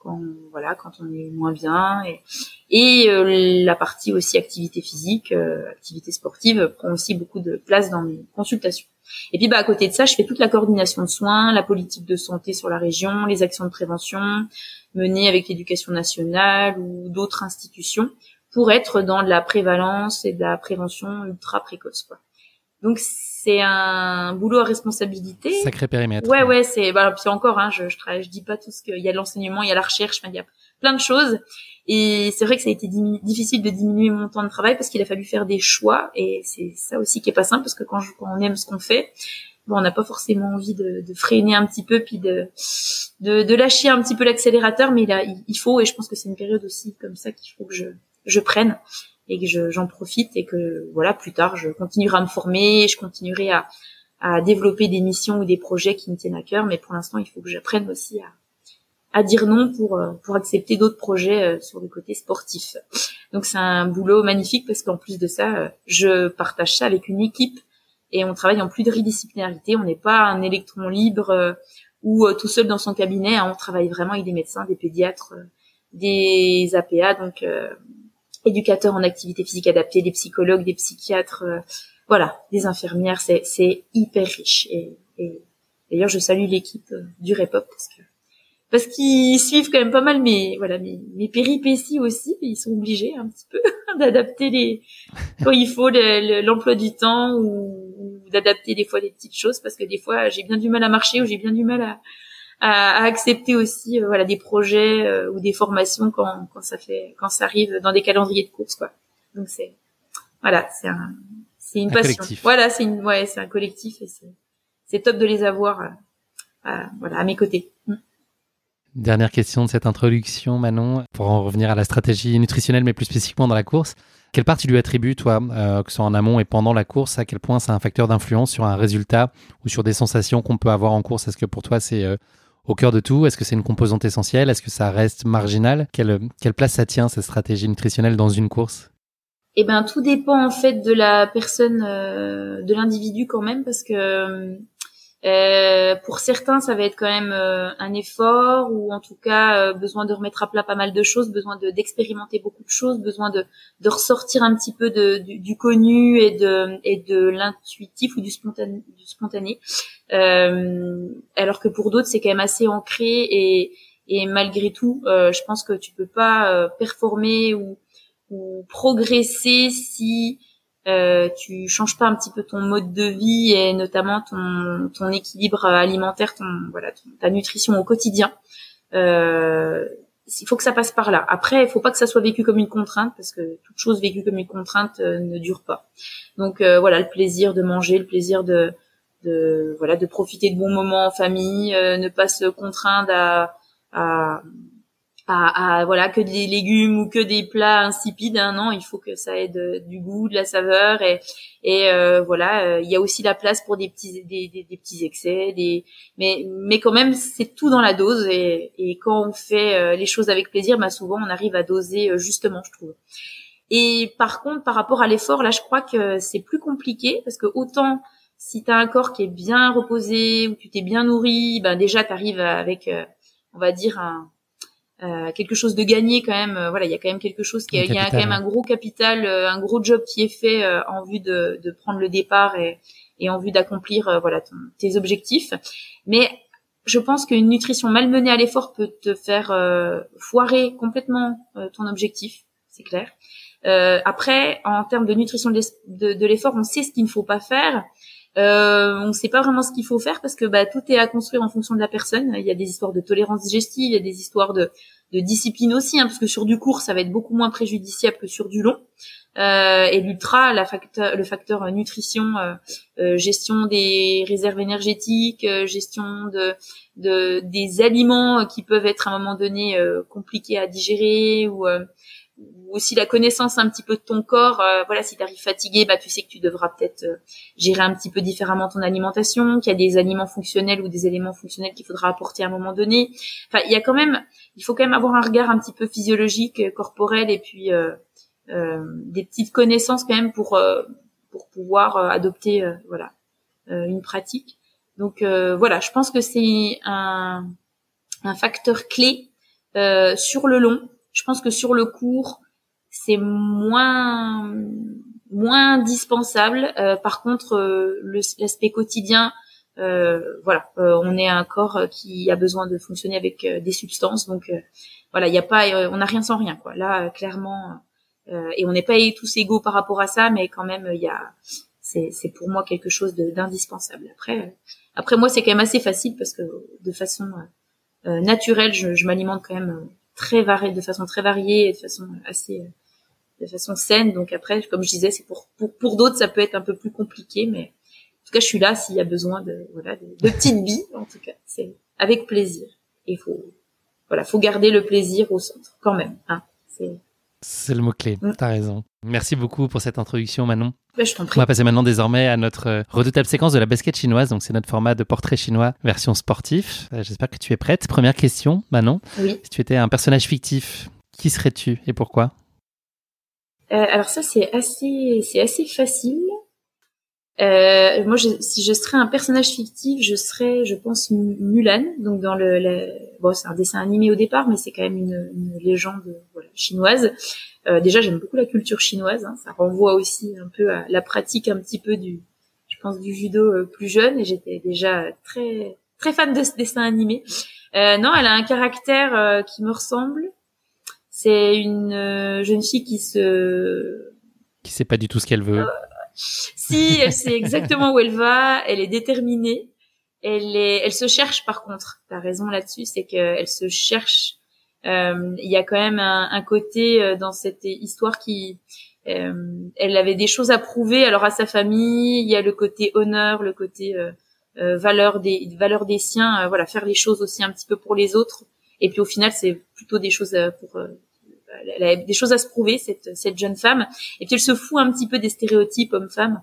on est moins bien, et la partie aussi activité physique, activité sportive prend aussi beaucoup de place dans mes consultations. Et puis à côté de ça, je fais toute la coordination de soins, la politique de santé sur la région, les actions de prévention menées avec l'éducation nationale ou d'autres institutions pour être dans de la prévalence et de la prévention ultra précoce, quoi. Donc c'est un boulot à responsabilité. Sacré périmètre. Ouais, c'est puis encore, hein, je dis pas tout ce qu'il y a de l'enseignement, il y a la recherche, il y a plein de choses. Et c'est vrai que ça a été difficile de diminuer mon temps de travail parce qu'il a fallu faire des choix, et c'est ça aussi qui est pas simple, parce que quand on aime ce qu'on fait, on n'a pas forcément envie de freiner un petit peu, puis de lâcher un petit peu l'accélérateur, mais là il faut, et je pense que c'est une période aussi comme ça qu'il faut que je prenne et que j'en profite, et que voilà, plus tard je continuerai à me former, je continuerai à développer des missions ou des projets qui me tiennent à cœur, mais pour l'instant il faut que j'apprenne aussi à dire non pour accepter d'autres projets sur le côté sportif. Donc c'est un boulot magnifique, parce qu'en plus de ça, je partage ça avec une équipe, et on travaille en pluridisciplinarité. On n'est pas un électron libre ou tout seul dans son cabinet, hein. On travaille vraiment avec des médecins, des pédiatres, des APA, donc éducateurs en activité physique adaptée, des psychologues, des psychiatres, voilà, des infirmières. C'est hyper riche, et d'ailleurs je salue l'équipe du REPOP parce qu'ils suivent quand même pas mal mes péripéties aussi, et ils sont obligés un petit peu d'adapter quand il faut l'emploi du temps, ou d'adapter des fois les petites choses, parce que des fois j'ai bien du mal à marcher, ou j'ai bien du mal à accepter aussi des projets ou des formations quand ça arrive dans des calendriers de courses, quoi. Donc c'est une passion. Collectif. Voilà, c'est un collectif, et c'est top de les avoir à mes côtés. Dernière question de cette introduction, Manon, pour en revenir à la stratégie nutritionnelle, mais plus spécifiquement dans la course. Quelle part tu lui attribues, toi, que ce soit en amont et pendant la course? À quel point c'est un facteur d'influence sur un résultat ou sur des sensations qu'on peut avoir en course? Est-ce que pour toi, c'est au cœur de tout? Est-ce que c'est une composante essentielle? Est-ce que ça reste marginal? Quelle place ça tient, cette stratégie nutritionnelle, dans une course? Eh ben, tout dépend en fait de la personne, de l'individu quand même, parce que pour certains, ça va être quand même un effort, ou en tout cas besoin de remettre à plat pas mal de choses, besoin d'expérimenter beaucoup de choses, besoin de ressortir un petit peu du connu et de l'intuitif ou du spontané. Alors que pour d'autres, c'est quand même assez ancré, et malgré tout, je pense que tu peux pas performer ou progresser si tu changes pas un petit peu ton mode de vie, et notamment ton équilibre alimentaire, ta nutrition au quotidien. Il faut que ça passe par là. Après, il faut pas que ça soit vécu comme une contrainte, parce que toute chose vécue comme une contrainte ne dure pas. Donc le plaisir de manger, le plaisir de profiter de bons moments en famille, ne pas se contraindre à que des légumes ou que des plats insipides, hein. Non, il faut que ça ait du goût, de la saveur, et il y a aussi la place pour des petits excès, mais quand même c'est tout dans la dose, et quand on fait les choses avec plaisir, souvent on arrive à doser justement, je trouve. Et par contre, par rapport à l'effort, là je crois que c'est plus compliqué, parce que autant si t'as un corps qui est bien reposé, ou tu t'es bien nourri, déjà t'arrives avec on va dire quelque chose de gagné quand même. Il y a quand même quelque chose il y a quand même un gros capital, un gros job qui est fait en vue de prendre le départ, et en vue d'accomplir tes objectifs. Mais je pense qu'une nutrition malmenée à l'effort peut te faire foirer complètement ton objectif, c'est clair. Après, en termes de nutrition de l'effort, on sait ce qu'il ne faut pas faire. On ne sait pas vraiment ce qu'il faut faire parce que tout est à construire en fonction de la personne. Il y a des histoires de tolérance digestive, il y a des histoires de discipline aussi, parce que sur du court, ça va être beaucoup moins préjudiciable que sur du long. Et l'ultra, le facteur nutrition, gestion des réserves énergétiques, gestion des aliments qui peuvent être à un moment donné compliqués à digérer, ou aussi la connaissance un petit peu de ton corps. Voilà, si tu arrives fatigué, tu sais que tu devras peut-être gérer un petit peu différemment ton alimentation, qu'il y a des aliments fonctionnels ou des éléments fonctionnels qu'il faudra apporter à un moment donné. Enfin, il faut quand même avoir un regard un petit peu physiologique, corporel, et puis des petites connaissances quand même pour pouvoir adopter une pratique. Donc voilà, je pense que c'est un facteur clé sur le long. Je pense que sur le court, c'est moins indispensable. Par contre, l'aspect quotidien, on est un corps qui a besoin de fonctionner avec des substances. Donc voilà, il y a pas, on n'a rien sans rien, quoi. Là, clairement, et on n'est pas tous égaux par rapport à ça, mais quand même, c'est pour moi quelque chose d'indispensable. Après moi, c'est quand même assez facile parce que de façon naturelle, je m'alimente quand même de façon très variée et de façon saine. Donc après, comme je disais, c'est pour d'autres, ça peut être un peu plus compliqué, mais en tout cas, je suis là s'il y a besoin de petites billes. En tout cas, c'est avec plaisir. Et faut garder le plaisir au centre quand même. Hein. C'est le mot-clé, t'as raison. Merci beaucoup pour cette introduction, Manon. Je t'en prie. On va passer maintenant désormais à notre redoutable séquence de la basket chinoise. Donc, c'est notre format de portrait chinois version sportif. J'espère que tu es prête. Première question, Manon. Oui. Si tu étais un personnage fictif, qui serais-tu et pourquoi ? Alors ça, c'est assez facile. Moi, si je serais un personnage fictif, je serais, je pense, Mulan. Donc dans c'est un dessin animé au départ, mais c'est quand même une légende chinoise. Déjà, j'aime beaucoup la culture chinoise. Hein. Ça renvoie aussi un peu à la pratique un petit peu du judo plus jeune. Et j'étais déjà très très fan de ce dessin animé. Non, elle a un caractère qui me ressemble. C'est une jeune fille qui sait pas du tout ce qu'elle veut. Si, elle sait exactement où elle va, elle est déterminée, elle se cherche par contre. T'as raison là-dessus, c'est qu'elle se cherche. Il y a quand même un côté dans cette histoire qui, elle avait des choses à prouver. Alors à sa famille, il y a le côté honneur, le côté valeur des siens. Faire les choses aussi un petit peu pour les autres. Et puis au final, c'est plutôt des choses elle a des choses à se prouver, cette jeune femme. Et puis elle se fout un petit peu des stéréotypes homme-femme.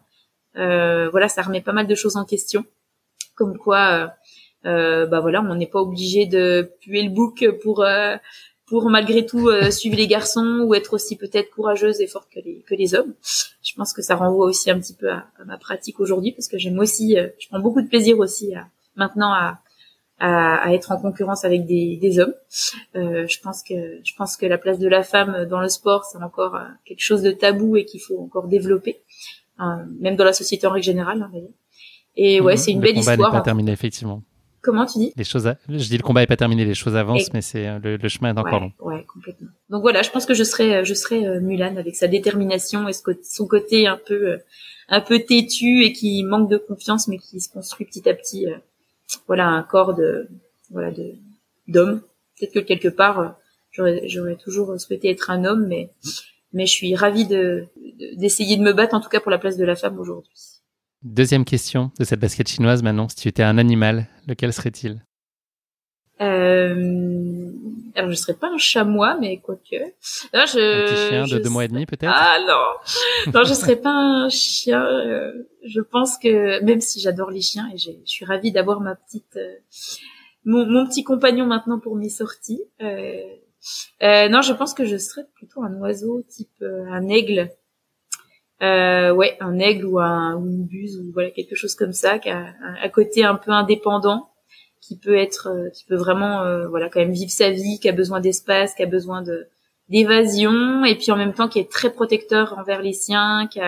Ça remet pas mal de choses en question. Comme quoi, on n'est pas obligé de puer le bouc pour malgré tout suivre les garçons ou être aussi peut-être courageuse et forte que les hommes. Je pense que ça renvoie aussi un petit peu à ma pratique aujourd'hui, parce que j'aime aussi, je prends beaucoup de plaisir aussi maintenant à être en concurrence avec des hommes. Je pense que la place de la femme dans le sport, c'est encore quelque chose de tabou et qu'il faut encore développer, même dans la société en règle générale. Hein, et c'est une belle histoire. Le combat n'est pas terminé, effectivement. Comment tu dis ? Je dis le combat n'est pas terminé, les choses avancent, mais c'est le chemin est encore long. Ouais, complètement. Donc voilà, je pense que je serais Mulan avec sa détermination et son côté un peu têtu et qui manque de confiance, mais qui se construit petit à petit. Un corps d'homme. Peut-être que quelque part j'aurais toujours souhaité être un homme, mais je suis ravie d'essayer de me battre, en tout cas pour la place de la femme aujourd'hui. Deuxième question de cette basket chinoise, Manon. Si tu étais un animal, lequel serait-il ? Alors je serais pas un chamois, mais quoique. Un petit chien de 2 mois et demi peut-être. Ah non, je serais pas un chien. Je pense que même si j'adore les chiens et je suis ravie d'avoir ma petite, mon petit compagnon maintenant pour mes sorties. Non, je pense que je serais plutôt un oiseau type un aigle. Un aigle ou une buse ou quelque chose comme ça, qui a un côté un peu indépendant, qui peut vraiment quand même vivre sa vie, qui a besoin d'espace, qui a besoin d'évasion, et puis en même temps qui est très protecteur envers les siens, qui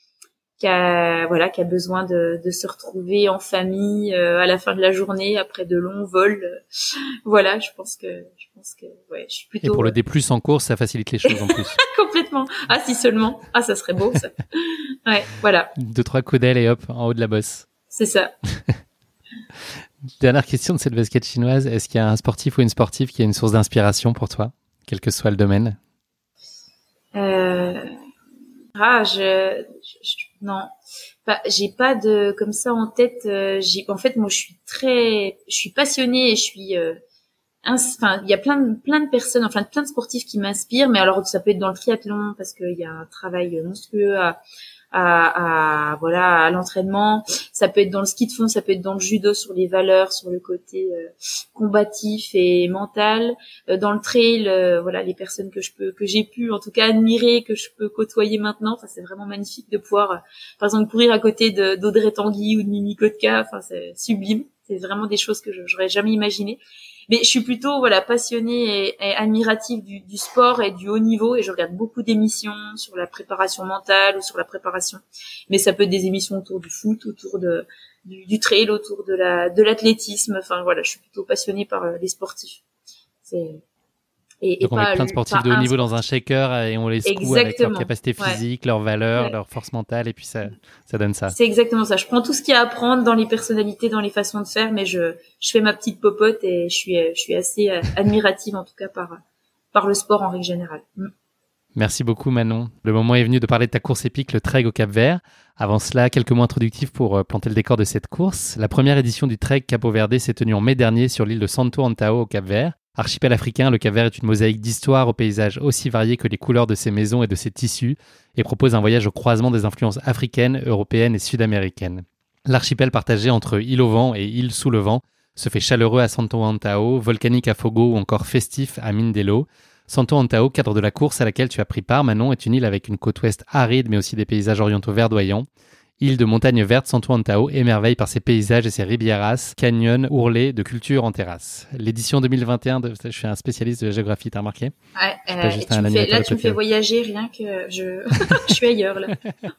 a besoin de se retrouver en famille à la fin de la journée après de longs vols. Je pense que je suis plutôt. Et pour le D+ en course, ça facilite les choses en plus. Complètement. Ah si seulement. Ah ça serait beau ça. Ouais, voilà. 2-3 coups d'aile et hop, en haut de la bosse. c'est ça. Dernière question de cette basket chinoise. Est-ce qu'il y a un sportif ou une sportive qui est une source d'inspiration pour toi, quel que soit le domaine? Non, j'ai pas de comme ça en tête. En fait, moi, je suis passionnée et il y a plein de personnes, enfin plein de sportifs qui m'inspirent. Mais alors, ça peut être dans le triathlon parce qu'il y a un travail monstrueux à l'entraînement. Ça peut être dans le ski de fond, ça peut être dans le judo sur les valeurs, sur le côté combatif et mental. Dans le trail, les personnes que j'ai pu en tout cas admirer, que je peux côtoyer maintenant. Enfin, c'est vraiment magnifique de pouvoir, par exemple, courir à côté d'Audrey Tanguy ou de Mimi Kotka. Enfin, c'est sublime. C'est vraiment des choses que j'aurais jamais imaginées. Mais je suis plutôt passionnée et admirative du sport et du haut niveau, et je regarde beaucoup d'émissions sur la préparation mentale ou sur la préparation. Mais ça peut être des émissions autour du foot, autour du trail, autour de l'athlétisme. Enfin voilà, je suis plutôt passionnée par les sportifs. Donc on met plein de sportifs de haut niveau dans un shaker et on les secoue avec leur capacité physique, leur valeur, leur force mentale, et puis ça donne ça. C'est exactement ça. Je prends tout ce qu'il y a à apprendre dans les personnalités, dans les façons de faire, mais je fais ma petite popote et je suis assez admirative en tout cas par le sport en règle générale. Merci beaucoup Manon. Le moment est venu de parler de ta course épique, le Trek au Cap-Vert. Avant cela, quelques mots introductifs pour planter le décor de cette course. La première édition du Trek Capo Verde s'est tenue en mai dernier sur l'île de Santo Antão au Cap-Vert. Archipel africain, le Cap-Vert est une mosaïque d'histoire aux paysages aussi variés que les couleurs de ses maisons et de ses tissus, et propose un voyage au croisement des influences africaines, européennes et sud-américaines. L'archipel partagé entre île au vent et île sous le vent se fait chaleureux à Santo Antão, volcanique à Fogo ou encore festif à Mindelo. Santo Antão, cadre de la course à laquelle tu as pris part, Manon, est une île avec une côte ouest aride mais aussi des paysages orientaux verdoyants. Île de montagnes vertes, Santo Antão émerveille par ses paysages et ses ribieras, canyons, ourlés de culture en terrasse. L'édition 2021 je suis un spécialiste de la géographie, t'as remarqué? Ouais, tu me fais voyager, rien que je suis ailleurs, là.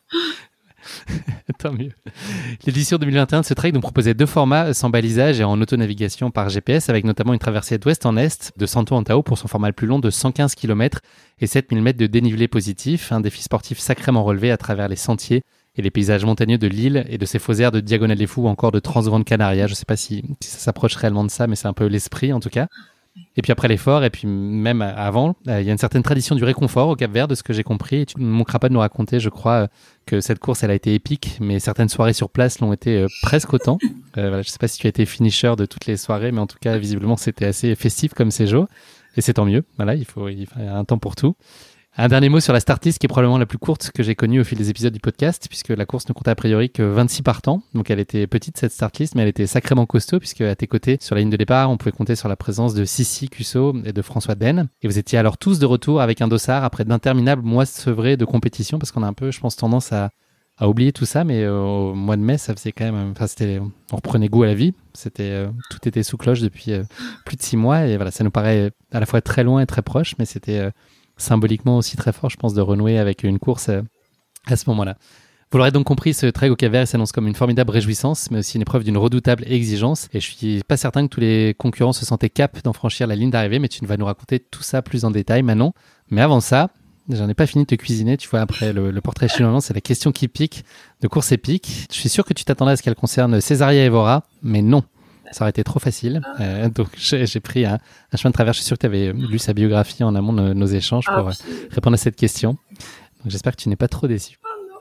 Tant mieux. L'édition 2021 de ce trek nous proposait 2 formats sans balisage et en autonavigation par GPS, avec notamment une traversée d'ouest en est de Santo Antão pour son format le plus long de 115 km et 7000 mètres de dénivelé positif, un défi sportif sacrément relevé à travers les sentiers et les paysages montagneux de l'île et de ses faux airs de Diagonale des Fous ou encore de Transgrande Canaria. Je ne sais pas si ça s'approche réellement de ça, mais c'est un peu l'esprit en tout cas. Et puis après l'effort, et puis même avant, il y a une certaine tradition du réconfort au Cap-Vert, de ce que j'ai compris. Et tu ne manqueras pas de nous raconter, je crois, que cette course, elle a été épique, mais certaines soirées sur place l'ont été presque autant. Je ne sais pas si tu as été finisher de toutes les soirées, mais en tout cas, visiblement, c'était assez festif comme séjour. Et c'est tant mieux. Voilà, il faut un temps pour tout. Un dernier mot sur la start list qui est probablement la plus courte que j'ai connue au fil des épisodes du podcast, puisque la course ne comptait a priori que 26 partants. Donc elle était petite cette start list, mais elle était sacrément costaud, puisque à tes côtés, sur la ligne de départ, on pouvait compter sur la présence de Sissi Cusso et de François Den. Et vous étiez alors tous de retour avec un dossard après d'interminables mois sevrés de compétition, parce qu'on a un peu, je pense, tendance à oublier tout ça, mais au mois de mai, ça faisait quand même, on reprenait goût à la vie. Tout était sous cloche depuis plus de 6 mois, et voilà, ça nous paraît à la fois très loin et très proche, mais c'était symboliquement aussi très fort, je pense, de renouer avec une course à ce moment-là. Vous l'aurez donc compris, ce trek au Cap-Vert s'annonce comme une formidable réjouissance, mais aussi une épreuve d'une redoutable exigence. Et je suis pas certain que tous les concurrents se sentaient cap d'en franchir la ligne d'arrivée, mais tu vas nous raconter tout ça plus en détail, Manon. Mais avant ça, j'en ai pas fini de te cuisiner. Tu vois, après le portrait chinois, c'est la question qui pique de course épique. Je suis sûr que tu t'attendais à ce qu'elle concerne Césaria Evora, mais non. Ça aurait été trop facile. Donc, j'ai pris un chemin de travers. Je suis sûr que tu avais lu sa biographie en amont de nos échanges pour répondre à cette question. Donc, j'espère que tu n'es pas trop déçu.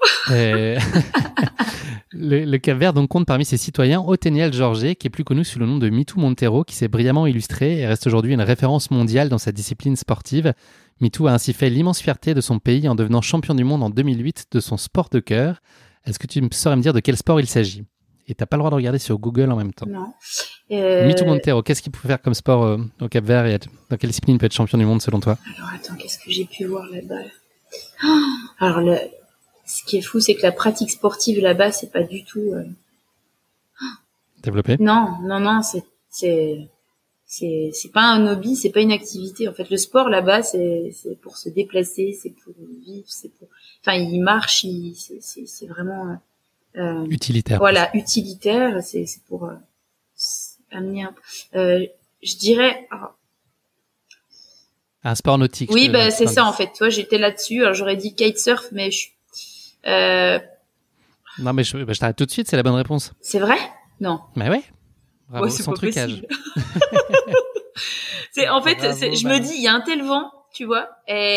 Le Cap-Vert donc compte parmi ses citoyens Othniel Georget, qui est plus connu sous le nom de Mitou Montero, qui s'est brillamment illustré et reste aujourd'hui une référence mondiale dans sa discipline sportive. Mitou a ainsi fait l'immense fierté de son pays en devenant champion du monde en 2008 de son sport de cœur. Est-ce que tu saurais me dire de quel sport il s'agit ? Et t'as pas le droit de regarder sur Google en même temps. Non. Mitou Montero, qu'est-ce qu'il peut faire comme sport au Cap-Vert et dans quelle discipline il peut être champion du monde selon toi? Alors attends, qu'est-ce que j'ai pu voir là-bas? Alors ce qui est fou, c'est que la pratique sportive là-bas, c'est pas du tout développé. Non, c'est pas un hobby, c'est pas une activité. En fait, le sport là-bas, c'est pour se déplacer, c'est pour vivre, il marche, c'est vraiment utilitaire. Voilà, utilitaire, c'est pour amener je dirais un sport nautique. Oui, c'est ça en fait. Toi, j'étais là-dessus. Alors j'aurais dit kitesurf, mais Non, mais je t'arrête tout de suite, c'est la bonne réponse. C'est vrai? Non. Mais ouais. Bravo, Ouais, c'est sans pas trucage. possible. C'est, en fait, Bravo, je me dis, il y a un tel vent, tu vois,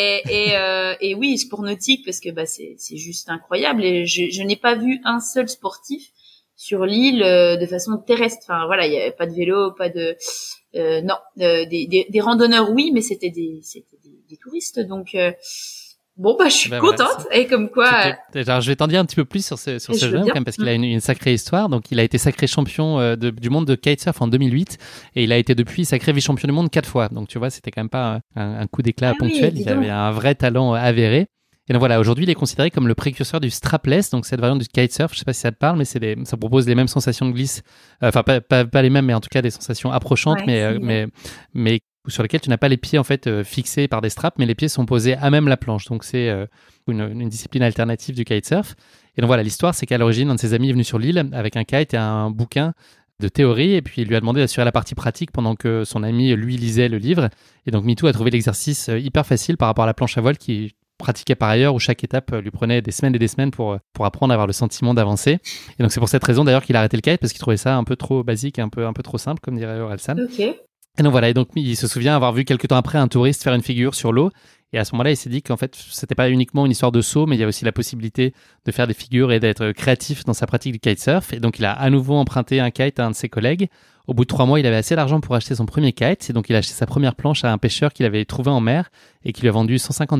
et oui, sport nautique, parce que c'est juste incroyable. Et je n'ai pas vu un seul sportif sur l'île de façon terrestre. Enfin voilà, il y avait pas de vélo, pas de non, des randonneurs oui, mais c'était des touristes. Donc bon je suis contente. Voilà, et comme quoi. Alors, je vais t'en dire un petit peu plus sur ce jeune homme, quand même, parce qu'il a une sacrée histoire. Donc, il a été sacré champion du monde de kitesurf en 2008 et il a été depuis sacré vice-champion du monde 4 fois. Donc, tu vois, c'était quand même pas un coup d'éclat ponctuel. Oui, il avait un vrai talent avéré. Et donc voilà, aujourd'hui, il est considéré comme le précurseur du strapless, donc cette variante du kitesurf. Je sais pas si ça te parle, mais ça propose les mêmes sensations de glisse. Enfin, pas les mêmes, mais en tout cas des sensations approchantes, mais sur lesquelles tu n'as pas les pieds en fait fixés par des straps, mais les pieds sont posés à même la planche. Donc c'est une discipline alternative du kitesurf. Et donc voilà, l'histoire, c'est qu'à l'origine, un de ses amis est venu sur l'île avec un kite et un bouquin de théorie, et puis il lui a demandé d'assurer la partie pratique pendant que son ami, lui, lisait le livre. Et donc MeToo a trouvé l'exercice hyper facile par rapport à la planche à voile qui pratiquait par ailleurs, où chaque étape lui prenait des semaines et des semaines pour apprendre à avoir le sentiment d'avancer. Et donc c'est pour cette raison d'ailleurs qu'il a arrêté le kite, parce qu'il trouvait ça un peu trop basique, un peu trop simple, comme dirait Orelsan. Ok. Et donc voilà, et donc il se souvient avoir vu quelques temps après un touriste faire une figure sur l'eau. Et à ce moment-là, il s'est dit qu'en fait, c'était pas uniquement une histoire de saut, mais il y a aussi la possibilité de faire des figures et d'être créatif dans sa pratique du kitesurf. Et donc, il a à nouveau emprunté un kite à un de ses collègues. Au bout de 3 mois, il avait assez d'argent pour acheter son premier kite. Et donc, il a acheté sa première planche à un pêcheur qu'il avait trouvé en mer et qui lui a vendu 150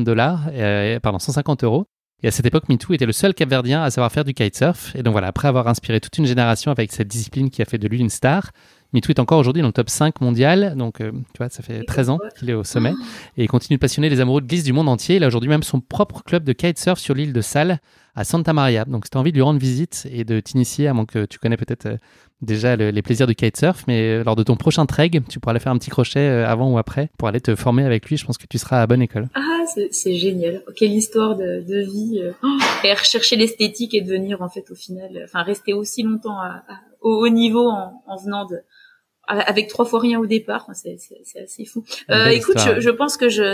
€. Et à cette époque, MeToo était le seul Cap-Verdien à savoir faire du kitesurf. Et donc voilà, après avoir inspiré toute une génération avec cette discipline qui a fait de lui une star, MeToo est encore aujourd'hui dans le top 5 mondial. Donc, tu vois, ça fait 13 ans qu'il est au sommet. Et il continue de passionner les amoureux de glisse du monde entier. Il a aujourd'hui même son propre club de kitesurf sur l'île de Sal, à Santa Maria. Donc, si tu as envie de lui rendre visite et de t'initier, à moins que tu connais peut-être déjà les plaisirs du kitesurf, mais lors de ton prochain trek, tu pourras aller faire un petit crochet avant ou après pour aller te former avec lui. Je pense que tu seras à bonne école. Ah, c'est génial. Quelle histoire de vie. Et rechercher l'esthétique et devenir, en fait, au final, rester aussi longtemps au haut niveau en venant avec 3 fois rien au départ. C'est assez fou. Écoute, je pense que je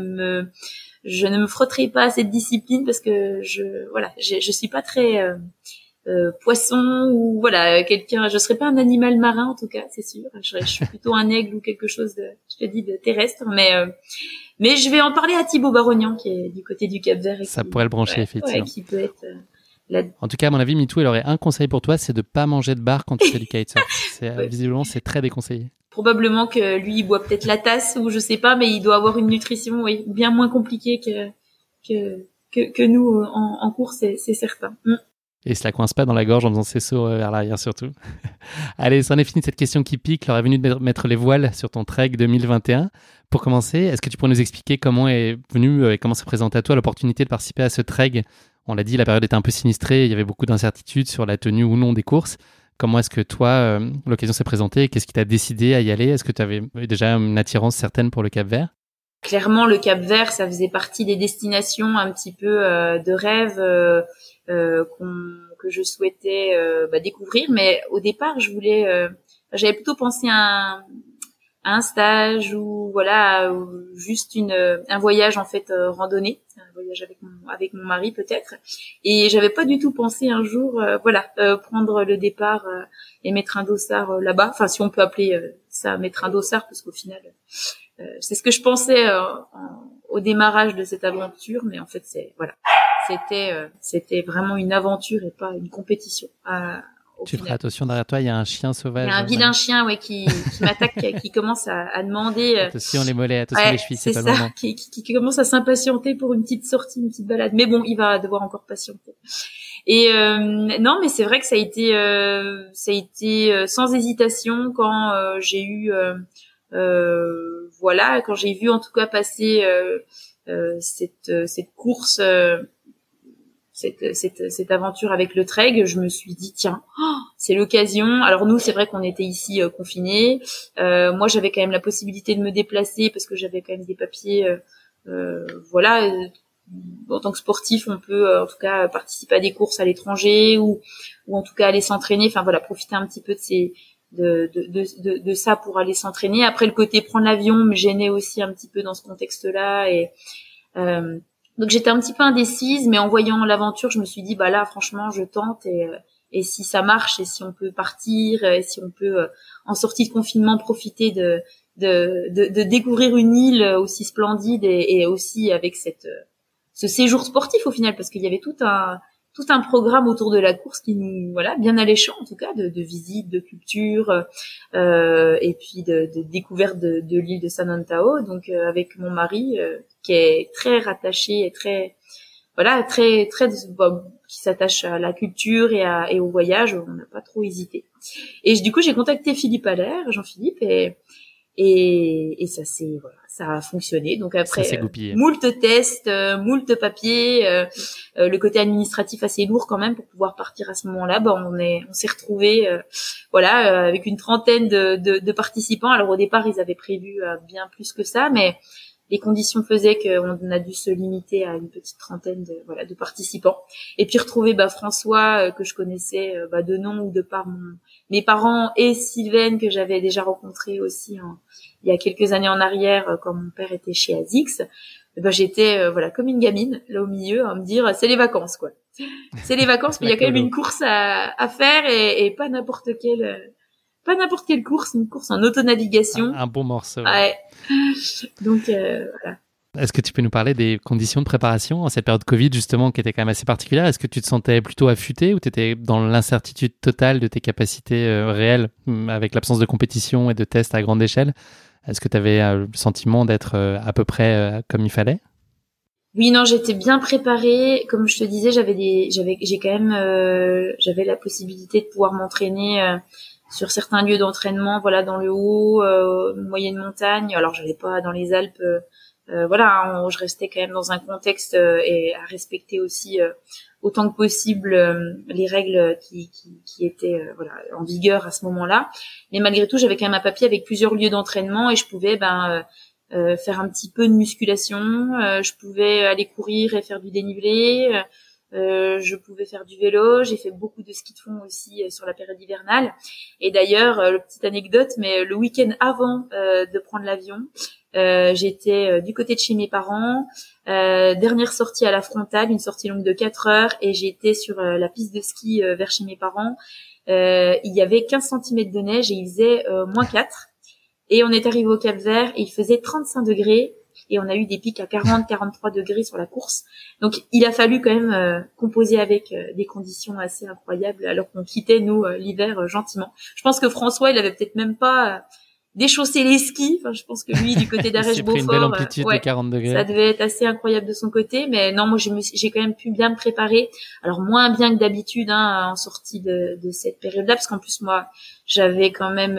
ne me frotterai pas à cette discipline parce que je suis pas très poisson ou quelqu'un. Je serais pas un animal marin en tout cas, c'est sûr. Je suis plutôt un aigle ou quelque chose de terrestre, mais je vais en parler à Thibaut Barognan qui est du côté du Cap-Vert. Ça pourrait le brancher effectivement. Qui peut être En tout cas, à mon avis, MeToo, elle aurait un conseil pour toi, c'est de pas manger de bar quand tu fais du kitesurf. Visiblement, c'est très déconseillé. Probablement que lui, il boit peut-être la tasse ou je sais pas, mais il doit avoir une nutrition, bien moins compliquée que nous en course, c'est certain. Et il se la coince pas dans la gorge en faisant ses sauts vers l'arrière surtout. Allez, c'en est fini de cette question qui pique. L'heure est venue de mettre les voiles sur ton trek 2021. Pour commencer, est-ce que tu pourrais nous expliquer comment est venue et comment s'est présentée à toi l'opportunité de participer à ce trek? On l'a dit, la période était un peu sinistrée, il y avait beaucoup d'incertitudes sur la tenue ou non des courses. Comment est-ce que toi, l'occasion s'est présentée? Qu'est-ce qui t'a décidé à y aller? Est-ce que tu avais déjà une attirance certaine pour le Cap-Vert? Clairement, le Cap-Vert, ça faisait partie des destinations un petit peu de rêve que je souhaitais découvrir. Mais au départ, j'avais plutôt pensé à un stage ou juste un voyage en fait randonnée, un voyage avec mon mari peut-être, et j'avais pas du tout pensé un jour prendre le départ et mettre un dossard là-bas, enfin si on peut appeler ça mettre un dossard, parce qu'au final c'est ce que je pensais au démarrage de cette aventure, mais en fait c'était vraiment une aventure et pas une compétition. Tu feras attention, derrière toi, il y a un chien sauvage. Il y a un vilain chien, qui m'attaque, qui commence à demander. Attention les mollets, attention les chevilles, c'est pas le moment. Qui commence à s'impatienter pour une petite sortie, une petite balade. Mais bon, il va devoir encore patienter. Et non, mais c'est vrai que ça a été sans hésitation quand j'ai eu, quand j'ai vu en tout cas passer cette course. Cette aventure avec le trek, je me suis dit tiens, c'est l'occasion. Alors nous, c'est vrai qu'on était ici confinés. Moi, j'avais quand même la possibilité de me déplacer parce que j'avais quand même des papiers. En tant que sportif, on peut en tout cas participer à des courses à l'étranger ou en tout cas aller s'entraîner. Enfin voilà, profiter un petit peu de ça pour aller s'entraîner. Après, le côté prendre l'avion me gênait aussi un petit peu dans ce contexte-là et Donc j'étais un petit peu indécise, mais en voyant l'aventure, je me suis dit bah là franchement je tente et si ça marche et si on peut partir, et si on peut en sortie de confinement profiter de découvrir une île aussi splendide et aussi avec ce séjour sportif au final, parce qu'il y avait tout un programme autour de la course qui nous bien alléchant en tout cas de visites, de culture et puis de découverte de l'île de San Antao. Donc avec mon mari qui est très rattaché et très qui s'attache à la culture et au voyage, on n'a pas trop hésité. Et du coup j'ai contacté Philippe Allaire, Jean-Philippe, et ça a fonctionné. Donc après moult tests, moult papiers, le côté administratif assez lourd quand même pour pouvoir partir à ce moment-là, on s'est retrouvés avec une trentaine de participants. Alors au départ, ils avaient prévu bien plus que ça, mais les conditions faisaient qu'on a dû se limiter à une petite trentaine de participants. Et puis retrouver François que je connaissais de nom ou de par mes parents, et Sylvaine que j'avais déjà rencontré aussi il y a quelques années en arrière quand mon père était chez ASICS. J'étais comme une gamine là au milieu à me dire c'est les vacances quoi. C'est les vacances, mais il y a quand même une course à faire et pas n'importe quelle course, une course en autonavigation. Un bon morceau. Ouais. Donc voilà. Est-ce que tu peux nous parler des conditions de préparation en cette période Covid, justement, qui était quand même assez particulière? Est-ce que tu te sentais plutôt affûté ou tu étais dans l'incertitude totale de tes capacités réelles, avec l'absence de compétition et de tests à grande échelle? Est-ce que tu avais le sentiment d'être à peu près comme il fallait? Oui, non, j'étais bien préparée. Comme je te disais, j'avais la possibilité de pouvoir m'entraîner sur certains lieux d'entraînement, dans le haut, moyenne montagne. Alors, j'allais pas dans les Alpes. Je restais quand même dans un contexte et à respecter aussi autant que possible les règles qui étaient en vigueur à ce moment-là. Mais malgré tout, j'avais quand même un papier avec plusieurs lieux d'entraînement et je pouvais faire un petit peu de musculation. Je pouvais aller courir et faire du dénivelé. Je pouvais faire du vélo. J'ai fait beaucoup de ski de fond aussi sur la période hivernale. Et d'ailleurs, petite anecdote, mais le week-end avant de prendre l'avion, j'étais du côté de chez mes parents, dernière sortie à la frontale, une sortie longue de 4 heures, et j'étais sur la piste de ski vers chez mes parents. Il y avait 15 cm de neige et il faisait -4, et on est arrivé au Cap-Vert et il faisait 35 degrés et on a eu des pics à 40-43 degrés sur la course. Donc il a fallu quand même composer avec des conditions assez incroyables alors qu'on quittait nous l'hiver gentiment. Je pense que François, il avait peut-être même pas déchausser les skis. Enfin, je pense que lui, du côté d'Arèche-Beaufort, une belle amplitude de 40 degrés. Ça devait être assez incroyable de son côté. Mais non, moi, j'ai quand même pu bien me préparer. Alors, moins bien que d'habitude, en sortie de cette période-là, parce qu'en plus, moi, j'avais quand même,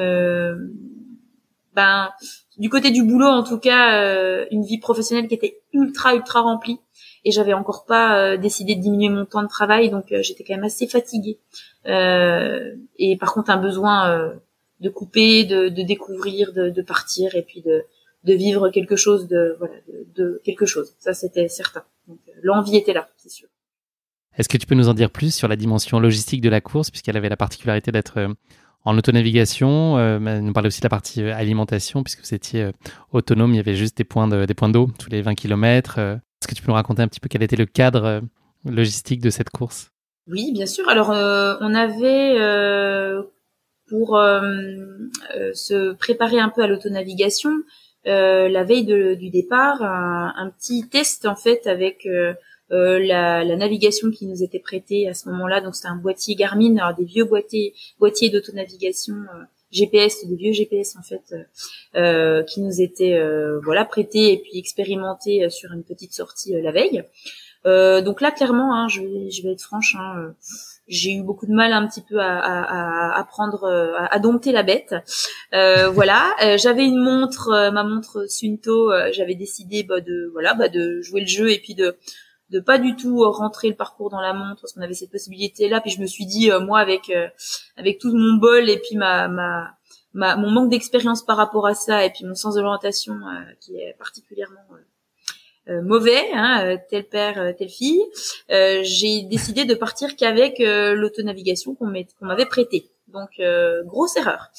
du côté du boulot, en tout cas, une vie professionnelle qui était ultra remplie. Et j'avais encore pas décidé de diminuer mon temps de travail, donc j'étais quand même assez fatiguée. Et par contre, un besoin de couper, de découvrir, de partir et puis de vivre quelque chose de quelque chose. Ça, c'était certain. Donc, l'envie était là, c'est sûr. Est-ce que tu peux nous en dire plus sur la dimension logistique de la course, puisqu'elle avait la particularité d'être en autonavigation, nous parlait aussi de la partie alimentation, puisque vous étiez autonome, il y avait juste des points d'eau tous les 20 km. Est-ce que tu peux nous raconter un petit peu quel était le cadre logistique de cette course? Oui, bien sûr. Alors, on avait pour se préparer un peu à l'autonavigation, la veille du départ, un petit test en fait avec la navigation qui nous était prêtée à ce moment-là. Donc c'était un boîtier Garmin, alors des vieux boîtiers d'autonavigation GPS, des vieux GPS en fait, qui nous étaient prêtés et puis expérimentés sur une petite sortie la veille. Donc là clairement, je vais être franche, j'ai eu beaucoup de mal un petit peu à prendre, à dompter la bête. J'avais une montre, ma montre Suunto. J'avais décidé de jouer le jeu et puis de pas du tout rentrer le parcours dans la montre parce qu'on avait cette possibilité là. Puis je me suis dit moi avec tout mon bol et puis mon manque d'expérience par rapport à ça et puis mon sens de l'orientation qui est particulièrement mauvais, tel père, telle fille, j'ai décidé de partir qu'avec l'autonavigation qu'on m'avait prêtée. Donc grosse erreur.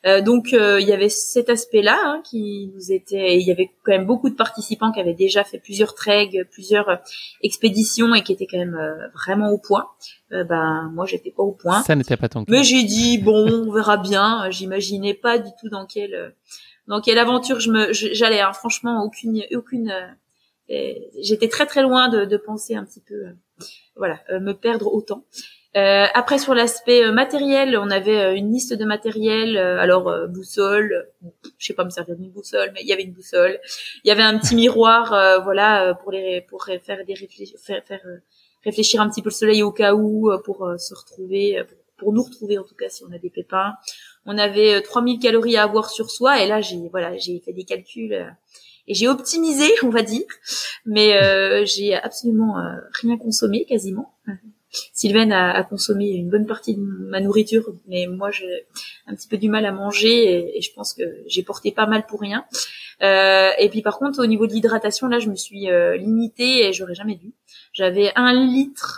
Donc il y avait cet aspect-là qui nous était. Il y avait quand même beaucoup de participants qui avaient déjà fait plusieurs treks, plusieurs expéditions et qui étaient quand même vraiment au point. Moi j'étais pas au point. Ça n'était pas ton cas. Mais j'ai dit bon, on verra bien. J'imaginais pas du tout dans quelle aventure j'allais. Franchement, aucune. J'étais très très loin de penser un petit peu, me perdre autant. Après sur l'aspect matériel, on avait une liste de matériel. Boussole, je sais pas me servir d'une boussole, mais il y avait une boussole. Il y avait un petit miroir, pour faire réfléchir un petit peu le soleil au cas où, pour se retrouver, pour nous retrouver en tout cas si on a des pépins. On avait 3000 calories à avoir sur soi et là j'ai fait des calculs et j'ai optimisé, on va dire, mais j'ai absolument rien consommé quasiment. Sylvaine a consommé une bonne partie de ma nourriture, mais moi j'ai un petit peu du mal à manger et je pense que j'ai porté pas mal pour rien. Et puis par contre au niveau de l'hydratation, là je me suis limitée et j'aurais jamais dû. J'avais 1 litre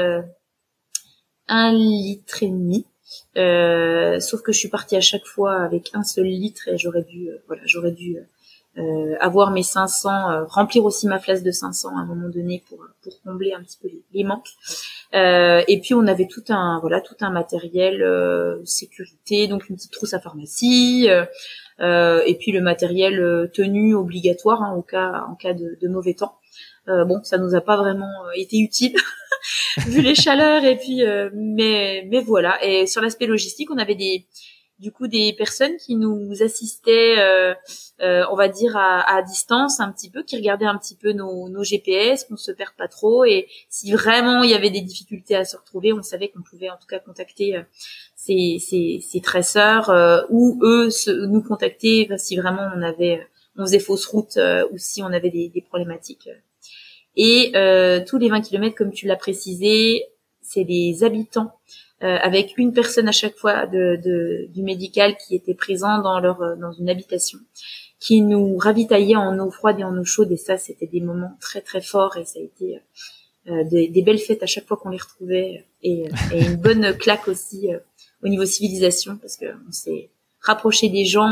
et demi. Sauf que je suis partie à chaque fois avec 1 seul litre et j'aurais dû avoir mes 500, remplir aussi ma flasque de 500 à un moment donné pour combler un petit peu les manques. Et puis on avait tout un matériel sécurité, donc une petite trousse à pharmacie, et puis le matériel tenue obligatoire en cas de mauvais temps. Ça nous a pas vraiment été utile vu les chaleurs et puis mais voilà. Et sur l'aspect logistique, on avait des personnes qui nous assistaient, on va dire à distance un petit peu, qui regardaient un petit peu nos GPS, qu'on se perde pas trop. Et si vraiment il y avait des difficultés à se retrouver, on savait qu'on pouvait en tout cas contacter ces traceurs ou eux nous contacter si vraiment on faisait fausse route ou si on avait des problématiques. Et tous les 20 kilomètres, comme tu l'as précisé, c'est des habitants. Avec une personne à chaque fois du médical qui était présent dans une habitation, qui nous ravitaillait en eau froide et en eau chaude, et ça c'était des moments très très forts et ça a été des belles fêtes à chaque fois qu'on les retrouvait et une bonne claque aussi au niveau civilisation parce que on s'est rapproché des gens,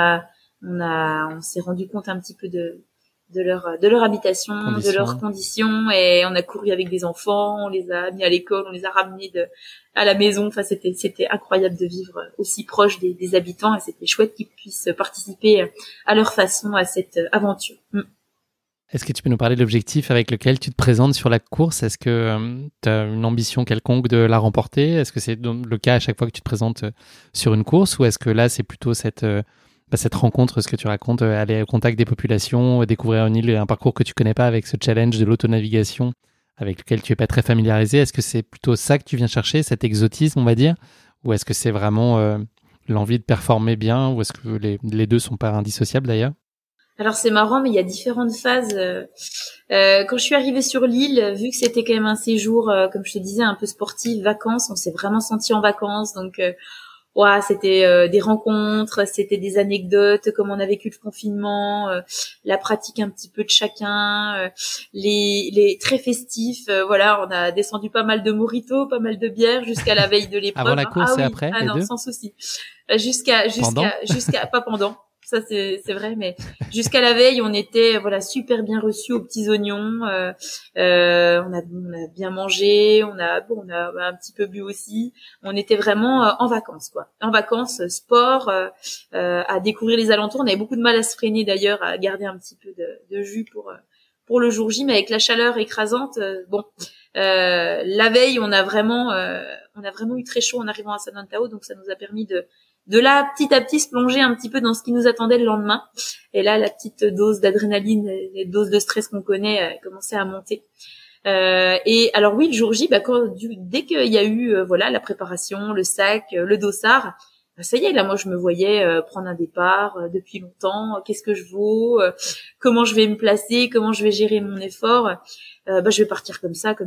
on s'est rendu compte un petit peu de leur habitation, de leurs conditions, et on a couru avec des enfants, on les a mis à l'école, on les a ramenés à la maison. Enfin, c'était incroyable de vivre aussi proche des habitants et c'était chouette qu'ils puissent participer à leur façon à cette aventure. Est-ce que tu peux nous parler de l'objectif avec lequel tu te présentes sur la course ? Est-ce que tu as une ambition quelconque de la remporter ? Est-ce que c'est le cas à chaque fois que tu te présentes sur une course, ou est-ce que là c'est plutôt cette rencontre, ce que tu racontes, aller au contact des populations, découvrir une île et un parcours que tu connais pas avec ce challenge de l'autonavigation avec lequel tu es pas très familiarisé? Est-ce que c'est plutôt ça que tu viens chercher, cet exotisme, on va dire, ou est-ce que c'est vraiment l'envie de performer bien, ou est-ce que les deux sont pas indissociables d'ailleurs? Alors c'est marrant, mais il y a différentes phases. Quand je suis arrivée sur l'île, vu que c'était quand même un séjour, comme je te disais, un peu sportif, vacances, on s'est vraiment senti en vacances, donc c'était des rencontres, c'était des anecdotes, comment on a vécu le confinement, la pratique un petit peu de chacun, les très festifs. On a descendu pas mal de mojitos, pas mal de bières jusqu'à la veille de l'épreuve. Avant la course et après, les deux ? Sans souci. Jusqu'à pas pendant. Ça c'est vrai, mais jusqu'à la veille on était super bien reçus aux petits oignons. On a bien mangé, on a un petit peu bu aussi. On était vraiment en vacances en vacances, sport, à découvrir les alentours. On avait beaucoup de mal à se freiner d'ailleurs, à garder un petit peu de jus pour le jour J, mais avec la chaleur écrasante, la veille on a vraiment eu très chaud en arrivant à San Antao, donc ça nous a permis de là, petit à petit, se plonger un petit peu dans ce qui nous attendait le lendemain. Et là, la petite dose d'adrénaline, les doses de stress qu'on connaît, commençait à monter. Et alors oui, le jour J, dès qu'il y a eu la préparation, le sac, le dossard, ça y est, là, moi, je me voyais prendre un départ depuis longtemps. Qu'est-ce que je vaux, comment je vais me placer, comment je vais gérer mon effort. Je vais partir comme ça.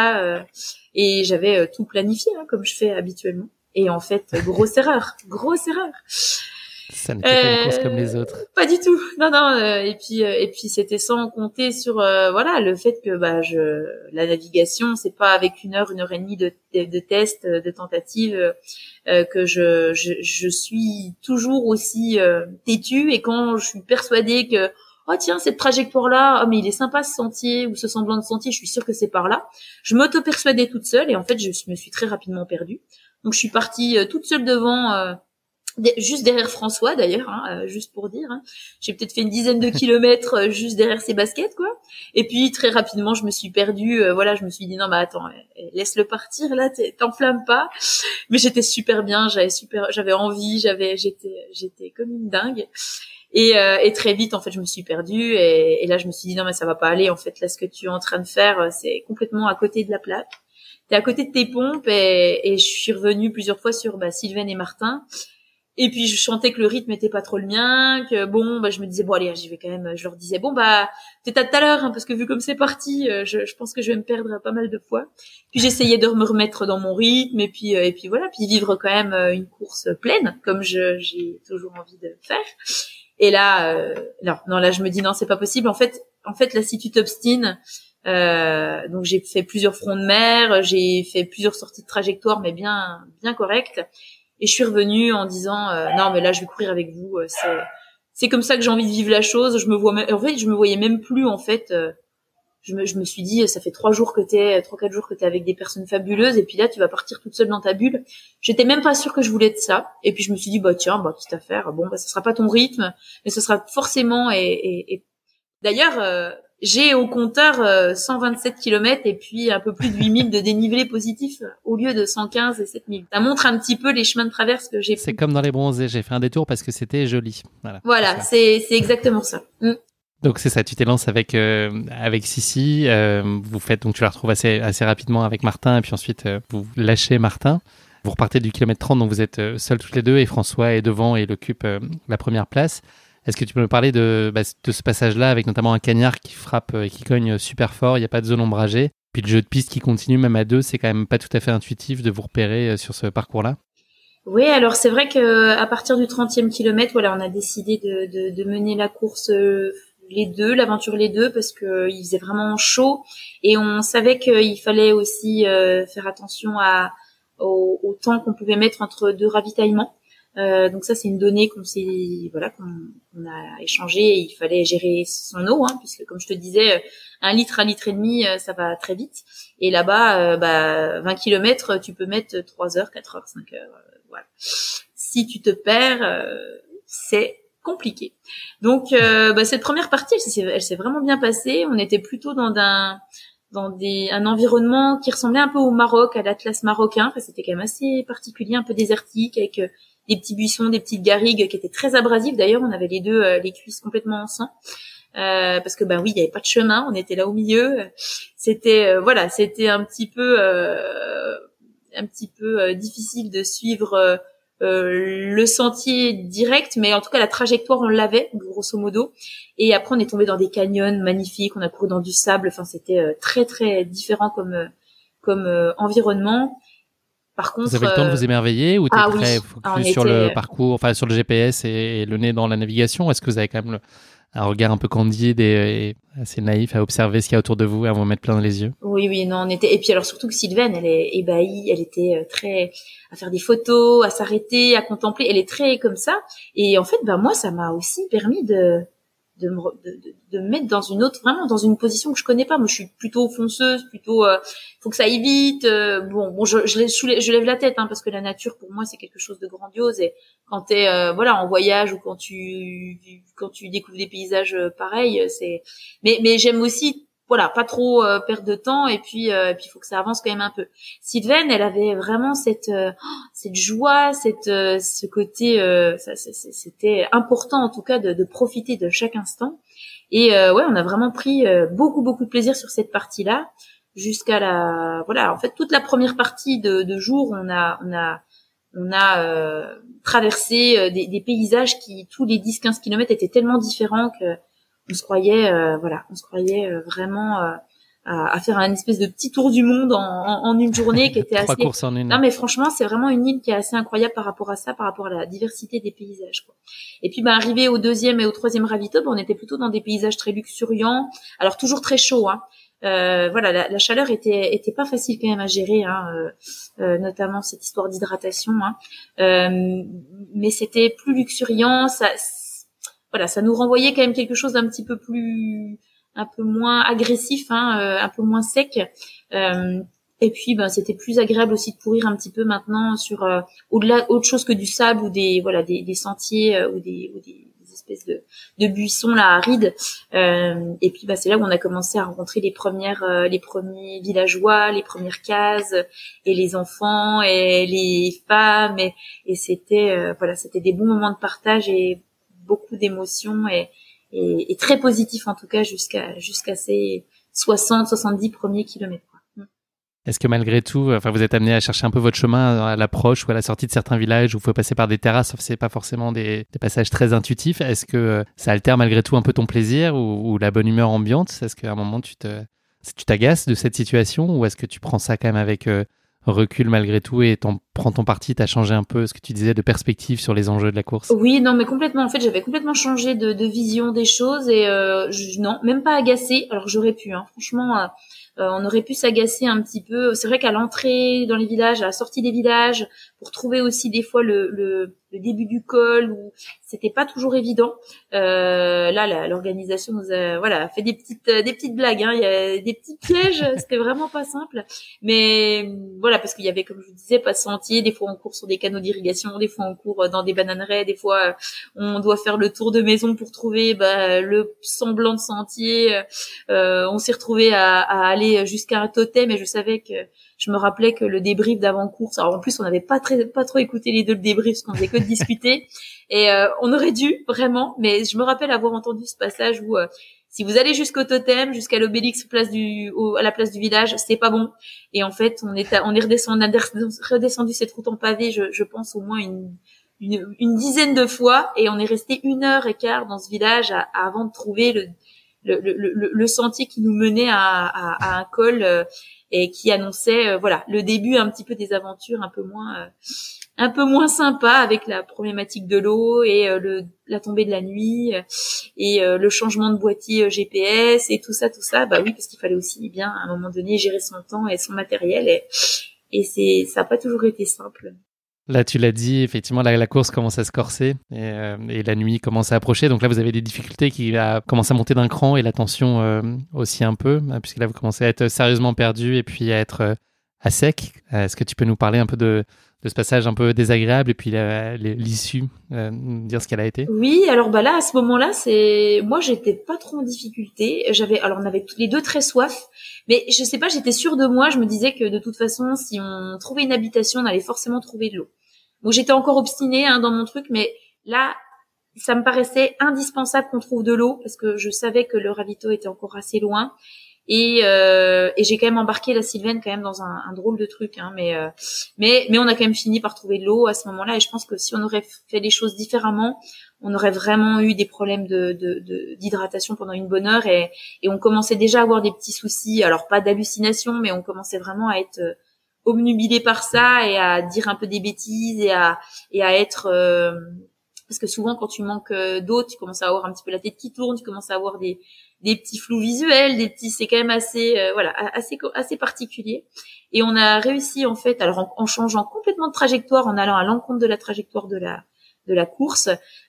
Et j'avais tout planifié, comme je fais habituellement. Et en fait, grosse erreur. Ça n'était pas une course comme les autres. Pas du tout. Non. Et puis c'était sans compter sur voilà le fait que la navigation, c'est pas avec 1 heure et demie de tests, de tentatives que je suis toujours aussi têtue. Et quand je suis persuadée que oh tiens cette trajectoire là, oh mais il est sympa ce sentier ou ce semblant de sentier, je suis sûre que c'est par là. Je m'auto-persuadais toute seule et en fait je me suis très rapidement perdue. Donc je suis partie toute seule devant. Juste derrière François d'ailleurs, juste pour dire. J'ai peut-être fait une dizaine de kilomètres juste derrière ses baskets, quoi. Et puis très rapidement, je me suis perdue. Voilà, je me suis dit non, mais attends, laisse-le partir là, t'enflamme pas. Mais j'étais super bien, j'avais envie, j'étais comme une dingue. Et très vite, en fait, je me suis perdue. Et là, je me suis dit non, mais ça va pas aller. En fait, là, ce que tu es en train de faire, c'est complètement à côté de la plaque. T'es à côté de tes pompes. Et je suis revenue plusieurs fois sur Sylvaine et Martin. Et puis je sentais que le rythme était pas trop le mien, que je me disais bon allez j'y vais quand même. Je leur disais peut-être à tout à l'heure parce que vu comme c'est parti, je pense que je vais me perdre pas mal de fois. Puis j'essayais de me remettre dans mon rythme et puis voilà, puis vivre quand même une course pleine comme j'ai toujours envie de faire. Et là là je me dis non c'est pas possible. En fait là si tu t'obstines, donc j'ai fait plusieurs fronts de mer, j'ai fait plusieurs sorties de trajectoire mais bien correctes. Et je suis revenue en disant non mais là je vais courir avec vous, c'est comme ça que j'ai envie de vivre la chose. Je me voyais même plus en fait. Je me suis dit ça fait 3-4 jours que t'es avec des personnes fabuleuses et puis là tu vas partir toute seule dans ta bulle. J'étais même pas sûre que je voulais de ça. Et puis je me suis dit tiens quitte à faire ça sera pas ton rythme mais ce sera forcément et d'ailleurs j'ai au compteur 127 km et puis un peu plus de 8000 de dénivelé positif au lieu de 115 et 7000. Ça montre un petit peu les chemins de traverse que j'ai pris. C'est comme dans les bronzés, j'ai fait un détour parce que c'était joli. Voilà, c'est exactement ça. Donc c'est ça, tu t'élances avec Sissi, vous faites donc tu la retrouves assez rapidement avec Martin et puis ensuite vous lâchez Martin. Vous repartez du kilomètre 30 donc vous êtes seuls toutes les deux et François est devant et il occupe la première place. Est-ce que tu peux me parler de ce passage-là avec notamment un cagnard qui frappe et qui cogne super fort, il n'y a pas de zone ombragée, puis le jeu de piste qui continue même à deux, c'est quand même pas tout à fait intuitif de vous repérer sur ce parcours-là? Oui, alors c'est vrai que à partir du 30e kilomètre, voilà, on a décidé de mener la course l'aventure les deux parce que il faisait vraiment chaud et on savait qu'il fallait aussi faire attention au temps qu'on pouvait mettre entre deux ravitaillements. Donc ça c'est une donnée qu'on a échangé et il fallait gérer son eau puisque comme je te disais 1 litre, 1 litre et demi ça va très vite et là-bas 20 kilomètres tu peux mettre 3 heures, 4 heures, 5 heures voilà. Si tu te perds c'est compliqué. Donc cette première partie elle s'est vraiment bien passée. On était plutôt dans un environnement qui ressemblait un peu au Maroc, à l'Atlas marocain. Enfin, c'était quand même assez particulier, un peu désertique avec des petits buissons, des petites garrigues qui étaient très abrasives. D'ailleurs, on avait les deux les cuisses complètement en sang. Parce que il y avait pas de chemin, on était là au milieu. C'était c'était un petit peu difficile de suivre le sentier direct, mais en tout cas la trajectoire on l'avait grosso modo. Et après on est tombé dans des canyons magnifiques, on a couru dans du sable. Enfin c'était très très différent comme environnement. Par contre, vous avez le temps de vous émerveiller ou t'es très focus sur le parcours, enfin sur le GPS et le nez dans la navigation? Est-ce que vous avez quand même un regard un peu candide et assez naïf à observer ce qu'il y a autour de vous et à vous mettre plein dans les yeux? Oui, non, on était. Et puis alors surtout que Sylvaine, elle est ébahie, elle était très à faire des photos, à s'arrêter, à contempler. Elle est très comme ça. Et en fait, moi, ça m'a aussi permis de me mettre dans une autre, vraiment dans une position que je connais pas. Moi, je suis plutôt fonceuse, plutôt faut que ça aille vite. Je lève la tête parce que la nature pour moi c'est quelque chose de grandiose. Et quand t'es en voyage ou quand tu découvres des paysages pareils, mais j'aime aussi pas trop perdre de temps et puis faut que ça avance quand même un peu. Sylvaine, elle avait vraiment cette joie, ce côté c'était important en tout cas de profiter de chaque instant. Et on a vraiment pris beaucoup de plaisir sur cette partie-là jusqu'à en fait toute la première partie de jour, on a traversé des paysages qui tous les 10-15 kilomètres étaient tellement différents que on se croyait vraiment à faire un espèce de petit tour du monde en une journée qui était 3 assez. courses en une. Non, mais franchement, c'est vraiment une île qui est assez incroyable par rapport à ça, par rapport à la diversité des paysages, quoi. Et puis, arrivé au 2e et au 3e ravito, on était plutôt dans des paysages très luxuriants. Alors, toujours très chaud, hein. Voilà, la chaleur était pas facile quand même à gérer, hein, notamment cette histoire d'hydratation, hein. Mais c'était plus luxuriant, ça nous renvoyait quand même quelque chose d'un petit peu plus, un peu moins agressif, hein, un peu moins sec. Et puis, c'était plus agréable aussi de courir un petit peu maintenant sur au-delà autre chose que du sable ou des sentiers ou des espèces de buissons là arides. Et puis, c'est là où on a commencé à rencontrer les premiers villageois, les premières cases et les enfants et les femmes et c'était c'était des bons moments de partage et beaucoup d'émotions et très positif en tout cas jusqu'à ces 70 premiers kilomètres. Est-ce que malgré tout, vous êtes amené à chercher un peu votre chemin à l'approche ou à la sortie de certains villages où il faut passer par des terrasses, c'est pas forcément des passages très intuitifs. Est-ce que ça altère malgré tout un peu ton plaisir ou la bonne humeur ambiante? Est-ce qu'à un moment tu t'agaces de cette situation ou est-ce que tu prends ça quand même avec recul malgré tout et prends ton parti, t'as changé un peu ce que tu disais de perspective sur les enjeux de la course? Oui, non, mais complètement. En fait, j'avais complètement changé de vision des choses et non, même pas agacée. Alors j'aurais pu, hein. Franchement, on aurait pu s'agacer un petit peu. C'est vrai qu'à l'entrée dans les villages, à la sortie des villages, pour trouver aussi des fois le début du col, où c'était pas toujours évident. Là, l'organisation nous a fait des petites blagues. Hein. Il y a des petits pièges. C'était vraiment pas simple. Mais voilà, parce qu'il y avait, comme je vous disais, pas de sentier. Des fois, on court sur des canaux d'irrigation. Des fois, on court dans des bananeraies. Des fois, on doit faire le tour de maison pour trouver le semblant de sentier. On s'est retrouvé à aller jusqu'à un totem et je me rappelais que le débrief d'avant-course, alors en plus on n'avait pas trop écouté les deux le débrief parce qu'on faisait que de discuter et on aurait dû vraiment, mais je me rappelle avoir entendu ce passage où si vous allez jusqu'au totem, jusqu'à l'obélix à la place du village, c'est pas bon. Et en fait, on a redescendu cette route en pavé, je pense au moins une dizaine de fois et on est resté 1h15 dans ce village avant de trouver le sentier qui nous menait à un col et qui annonçait le début un petit peu des aventures un peu moins sympa avec la problématique de l'eau et la tombée de la nuit et le changement de boîtier GPS et tout ça oui, parce qu'il fallait aussi bien à un moment donné gérer son temps et son matériel et ça a pas toujours été simple. Là, tu l'as dit, effectivement, la course commence à se corser et la nuit commence à approcher. Donc là, vous avez des difficultés qui commencent à monter d'un cran et la tension aussi un peu, puisque là, vous commencez à être sérieusement perdu et puis à être à sec. Est-ce que tu peux nous parler un peu de ce passage un peu désagréable et puis l'issue, dire ce qu'elle a été? Oui, alors là, à ce moment-là, moi, j'étais pas trop en difficulté. On avait tous les deux très soif, mais je sais pas, j'étais sûre de moi. Je me disais que de toute façon, si on trouvait une habitation, on allait forcément trouver de l'eau. Donc j'étais encore obstinée dans mon truc, mais là, ça me paraissait indispensable qu'on trouve de l'eau parce que je savais que le ravito était encore assez loin. Et j'ai quand même embarqué la Sylvaine quand même dans un drôle de truc, hein, mais on a quand même fini par trouver de l'eau à ce moment-là. Et je pense que si on aurait fait les choses différemment, on aurait vraiment eu des problèmes d'hydratation pendant une bonne heure et on commençait déjà à avoir des petits soucis. Alors pas d'hallucination, mais on commençait vraiment à être obnubilé par ça et à dire un peu des bêtises et à être parce que souvent quand tu manques d'eau, tu commences à avoir un petit peu la tête qui tourne, tu commences à avoir des petits flous visuels, c'est quand même assez assez particulier. Et on a réussi en fait, alors en changeant complètement de trajectoire, en allant à l'encontre de la trajectoire de la course,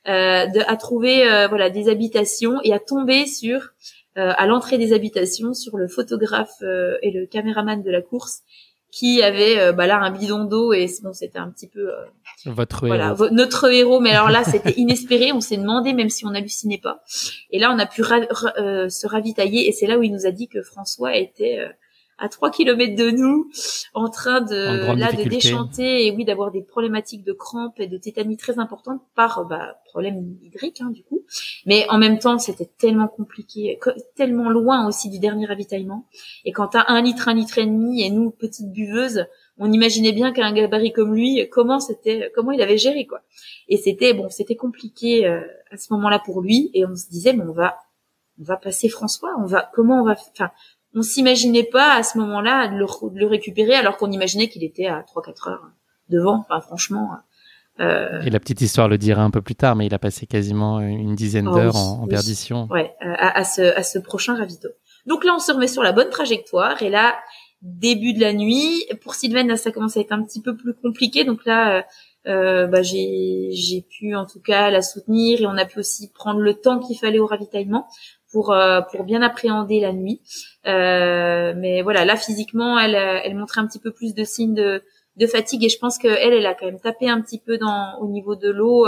à trouver des habitations et à tomber sur à l'entrée des habitations sur le photographe et le caméraman de la course qui avait là un bidon d'eau et bon, c'était un petit peu votre héros. Notre héros, mais alors là c'était inespéré, on s'est demandé même si on n'hallucinait pas. Et là on a pu se ravitailler et c'est là où il nous a dit que François était à 3 kilomètres de nous en train de déchanter et oui d'avoir des problématiques de crampes et de tétanie très importantes par problème hydrique du coup. Mais en même temps c'était tellement compliqué, tellement loin aussi du dernier ravitaillement. Et quand t'as 1 litre et demi et nous petites buveuses, on imaginait bien qu'un gabarit comme lui, comment il avait géré quoi. Et c'était compliqué à ce moment-là pour lui et on se disait on va passer François, on s'imaginait pas à ce moment-là de le récupérer, alors qu'on imaginait qu'il était à 3-4 heures devant. Enfin, franchement. Et la petite histoire le dira un peu plus tard, mais il a passé quasiment une dizaine d'heures en perdition. Ouais, à ce prochain ravito. Donc là, on se remet sur la bonne trajectoire, et là, début de la nuit, pour Sylvaine, là, ça commence à être un petit peu plus compliqué. Donc là, j'ai pu en tout cas la soutenir, et on a pu aussi prendre le temps qu'il fallait au ravitaillement pour bien appréhender la nuit. Mais voilà, là physiquement, elle montrait un petit peu plus de signes de fatigue, et je pense que elle a quand même tapé un petit peu au niveau de l'eau.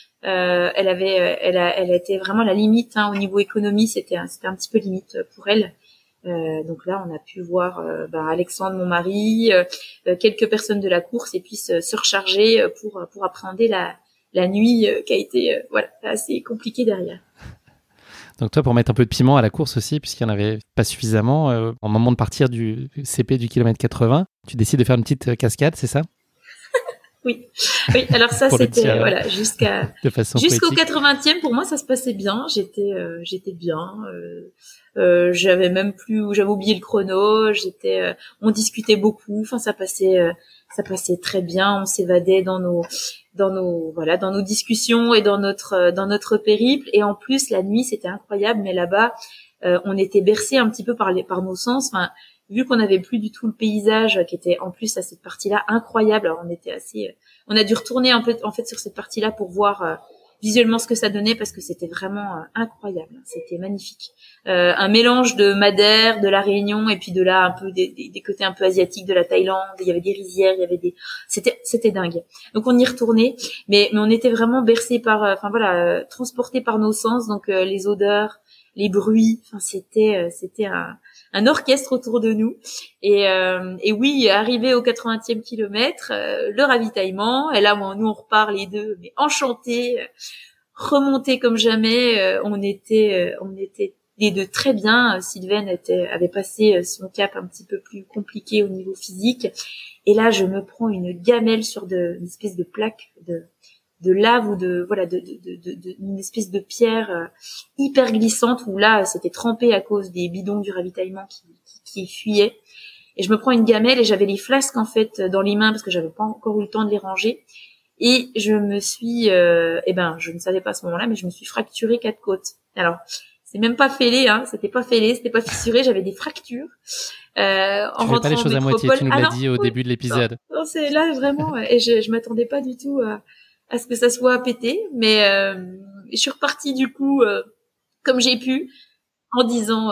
Elle était vraiment à la limite, hein, au niveau économie, c'était un petit peu limite pour elle. Donc là, on a pu voir Alexandre, mon mari, quelques personnes de la course, et puis se recharger pour appréhender la nuit qui a été assez compliquée derrière. Donc toi, pour mettre un peu de piment à la course aussi, puisqu'il n'y en avait pas suffisamment, au moment de partir du CP du kilomètre 80, tu décides de faire une petite cascade, c'est ça? Oui. Alors ça, c'était jusqu'au poétique. 80e, pour moi, ça se passait bien. J'étais bien. J'avais oublié le chrono. On discutait beaucoup. Enfin, ça passait très bien. On s'évadait dans nos discussions et dans notre périple. Et en plus, la nuit, c'était incroyable. Mais là-bas, on était bercés un petit peu par nos sens. Enfin, vu qu'on n'avait plus du tout le paysage qui était en plus à cette partie-là incroyable. Alors on a dû retourner un peu en fait sur cette partie-là pour voir visuellement ce que ça donnait, parce que c'était vraiment incroyable. C'était magnifique. Un mélange de Madère, de la Réunion, et puis de là un peu des côtés un peu asiatiques de la Thaïlande. Il y avait des rizières, c'était dingue. Donc on y retournait, mais on était vraiment bercés par, transportés par nos sens. Donc les odeurs, les bruits. Enfin c'était un orchestre autour de nous. Et oui, arrivé au 80e kilomètre, le ravitaillement, et là nous on repart les deux, mais enchantés, remontés comme jamais. On était les deux très bien. Sylvaine avait passé son cap un petit peu plus compliqué au niveau physique, et là je me prends une gamelle sur une espèce de plaque de lave, ou une espèce de pierre hyper glissante, où là c'était trempé à cause des bidons du ravitaillement qui fuyaient. Et je me prends une gamelle, et j'avais les flasques en fait dans les mains parce que j'avais pas encore eu le temps de les ranger. Et je me suis, je ne savais pas à ce moment-là, mais je me suis fracturé 4 côtes. Alors c'est même pas fêlé, hein, c'était pas fissuré, j'avais des fractures. En rentrant pas les choses à moitié, tu nous l'as dit au début de l'épisode. Non, c'est là vraiment, et je m'attendais pas du tout à ce que ça soit pété, mais je suis repartie du coup comme j'ai pu, en disant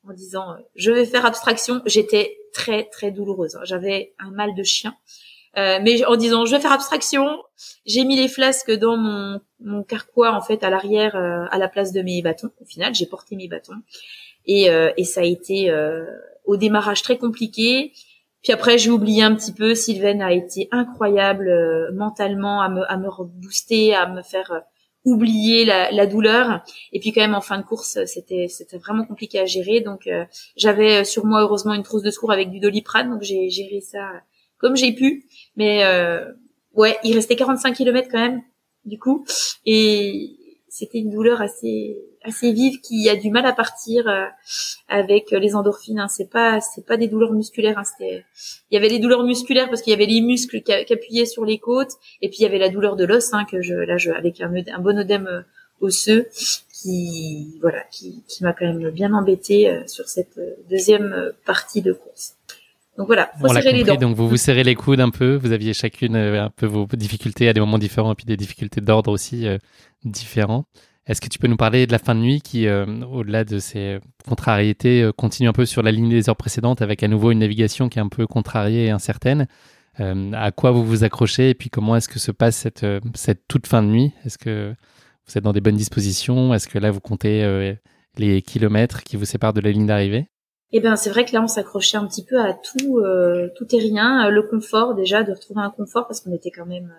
je vais faire abstraction. J'étais très très douloureuse, hein. J'avais un mal de chien, mais en disant je vais faire abstraction, j'ai mis les flasques dans mon carquois en fait à l'arrière, à la place de mes bâtons. Au final, j'ai porté mes bâtons, et ça a été au démarrage très compliqué. Puis après, j'ai oublié un petit peu. Sylvaine a été incroyable mentalement à me rebooster, à me faire oublier la douleur. Et puis quand même en fin de course, c'était vraiment compliqué à gérer. Donc j'avais sur moi heureusement une trousse de secours avec du Doliprane, donc j'ai géré ça comme j'ai pu. Mais il restait 45 km quand même du coup, et c'était une douleur assez vive qui a du mal à partir avec les endorphines, hein. C'est pas des douleurs musculaires, hein. Il y avait les douleurs musculaires parce qu'il y avait les muscles qui appuyaient sur les côtes, et puis il y avait la douleur de l'os, hein, avec un bon œdème osseux qui m'a quand même bien embêtée sur cette deuxième partie de course. Donc voilà, faut serrer les dents. Donc vous serrez les coudes un peu, vous aviez chacune un peu vos difficultés à des moments différents, et puis des difficultés d'ordre aussi différents. Est-ce que tu peux nous parler de la fin de nuit qui, au-delà de ces contrariétés, continue un peu sur la ligne des heures précédentes, avec à nouveau une navigation qui est un peu contrariée et incertaine? À quoi vous vous accrochez, et puis comment est-ce que se passe cette toute fin de nuit? Est-ce que vous êtes dans des bonnes dispositions? Est-ce que là vous comptez les kilomètres qui vous séparent de la ligne d'arrivée? Eh ben, c'est vrai que là, on s'accrochait un petit peu à tout et rien. Le confort, déjà, de retrouver un confort, parce qu'on était quand même,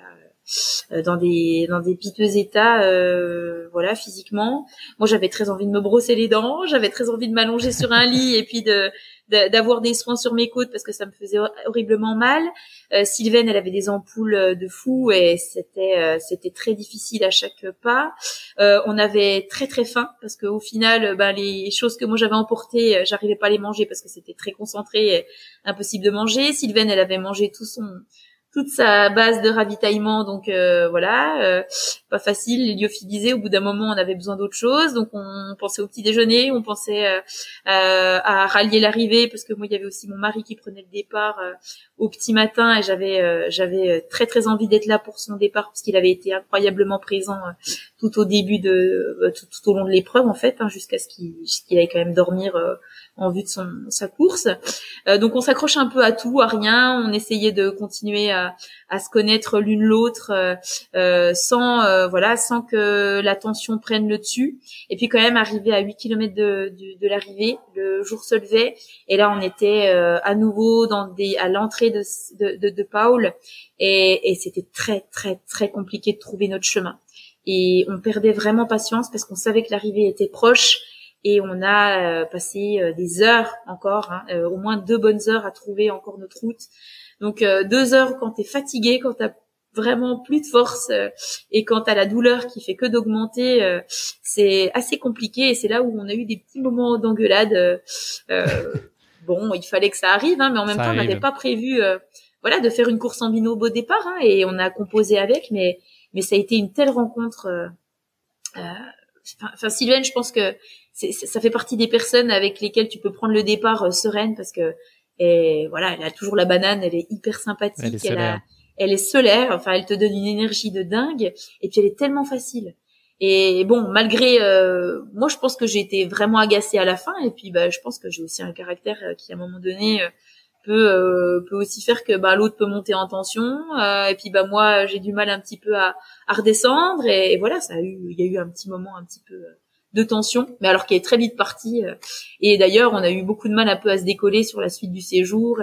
dans des piteux états, physiquement. Moi, j'avais très envie de me brosser les dents, j'avais très envie de m'allonger sur un lit, et puis de d'avoir des soins sur mes côtes parce que ça me faisait horriblement mal. Sylvaine, elle avait des ampoules de fou et c'était très difficile à chaque pas. On avait très très faim parce que au final, les choses que moi j'avais emportées, j'arrivais pas à les manger parce que c'était très concentré et impossible de manger. Sylvaine, elle avait mangé toute sa base de ravitaillement, donc pas facile, lyophilisé. Au bout d'un moment, on avait besoin d'autre chose, donc on pensait au petit déjeuner, on pensait à rallier l'arrivée, parce que moi, il y avait aussi mon mari qui prenait le départ au petit matin, et j'avais très très envie d'être là pour son départ, parce qu'il avait été incroyablement présent tout au début tout au long de l'épreuve en fait, jusqu'à ce qu'il aille quand même dormir en vue de sa course. Donc on s'accroche un peu à tout, à rien. On essayait de continuer à se connaître l'une l'autre sans que la tension prenne le dessus. Et puis quand même arrivé à 8 kilomètres de l'arrivée, le jour se levait et là on était à nouveau à l'entrée de Paul et c'était très très très compliqué de trouver notre chemin. Et on perdait vraiment patience parce qu'on savait que l'arrivée était proche. Et on a passé des heures encore, au moins 2 bonnes heures à trouver encore notre route. Donc 2 heures quand t'es fatigué, quand t'as vraiment plus de force et quand t'as la douleur qui fait que d'augmenter, c'est assez compliqué. Et c'est là où on a eu des petits moments d'engueulade. Bon, il fallait que ça arrive, mais en même temps, on n'avait pas prévu, de faire une course en binôme au départ. Et on a composé avec, mais ça a été une telle rencontre. Sylvaine, je pense que ça fait partie des personnes avec lesquelles tu peux prendre le départ sereine parce que elle a toujours la banane, elle est hyper sympathique, elle est solaire, enfin elle te donne une énergie de dingue et puis elle est tellement facile. Et bon, malgré moi je pense que j'ai été vraiment agacée à la fin et puis je pense que j'ai aussi un caractère qui à un moment donné peut aussi faire que l'autre peut monter en tension et puis moi j'ai du mal un petit peu à redescendre et voilà, il y a eu un petit moment un petit peu de tension, mais alors qui est très vite parti et d'ailleurs on a eu beaucoup de mal un peu à se décoller sur la suite du séjour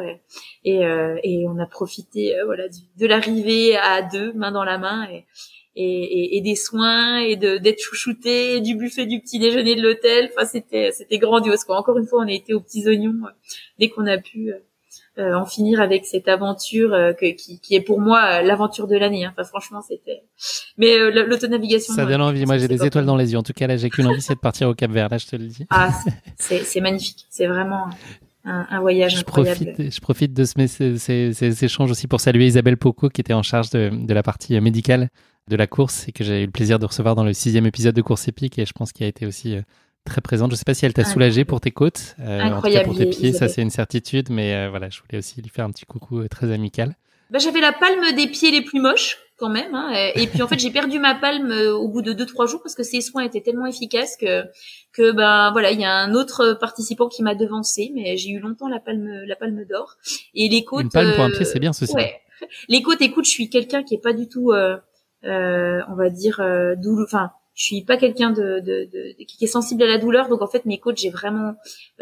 et on a profité de l'arrivée à 2 main dans la main et des soins et d'être chouchouté, du buffet du petit déjeuner de l'hôtel. Enfin c'était grandiose quoi. Encore une fois on a été aux petits oignons dès qu'on a pu en finir avec cette aventure qui est pour moi l'aventure de l'année. Enfin franchement c'était. Mais l'autonavigation. Ça donne envie. Moi j'ai des étoiles dans les yeux. En tout cas là j'ai qu'une envie, c'est de partir au Cap-Vert. Là je te le dis. Ah c'est magnifique. C'est vraiment un voyage incroyable. Je profite de ces échanges aussi pour saluer Isabelle Pocot qui était en charge de la partie médicale de la course et que j'ai eu le plaisir de recevoir dans le 6e épisode de Course Épique et je pense qu'il a été aussi très présente. Je ne sais pas si elle t'a soulagé pour tes côtes, en tout cas pour tes pieds, Isabelle. Ça c'est une certitude, mais je voulais aussi lui faire un petit coucou très amical. J'avais la palme des pieds les plus moches quand même, et puis en fait j'ai perdu ma palme au bout de 2-3 jours parce que ces soins étaient tellement efficaces que il y a un autre participant qui m'a devancé, mais j'ai eu longtemps la palme d'or et les côtes. Une palme pour un pied, c'est bien ceci. Ouais. Les côtes, écoute, je suis quelqu'un qui est pas du tout on va dire douleur, enfin je suis pas quelqu'un qui est sensible à la douleur, donc en fait mes côtes j'ai vraiment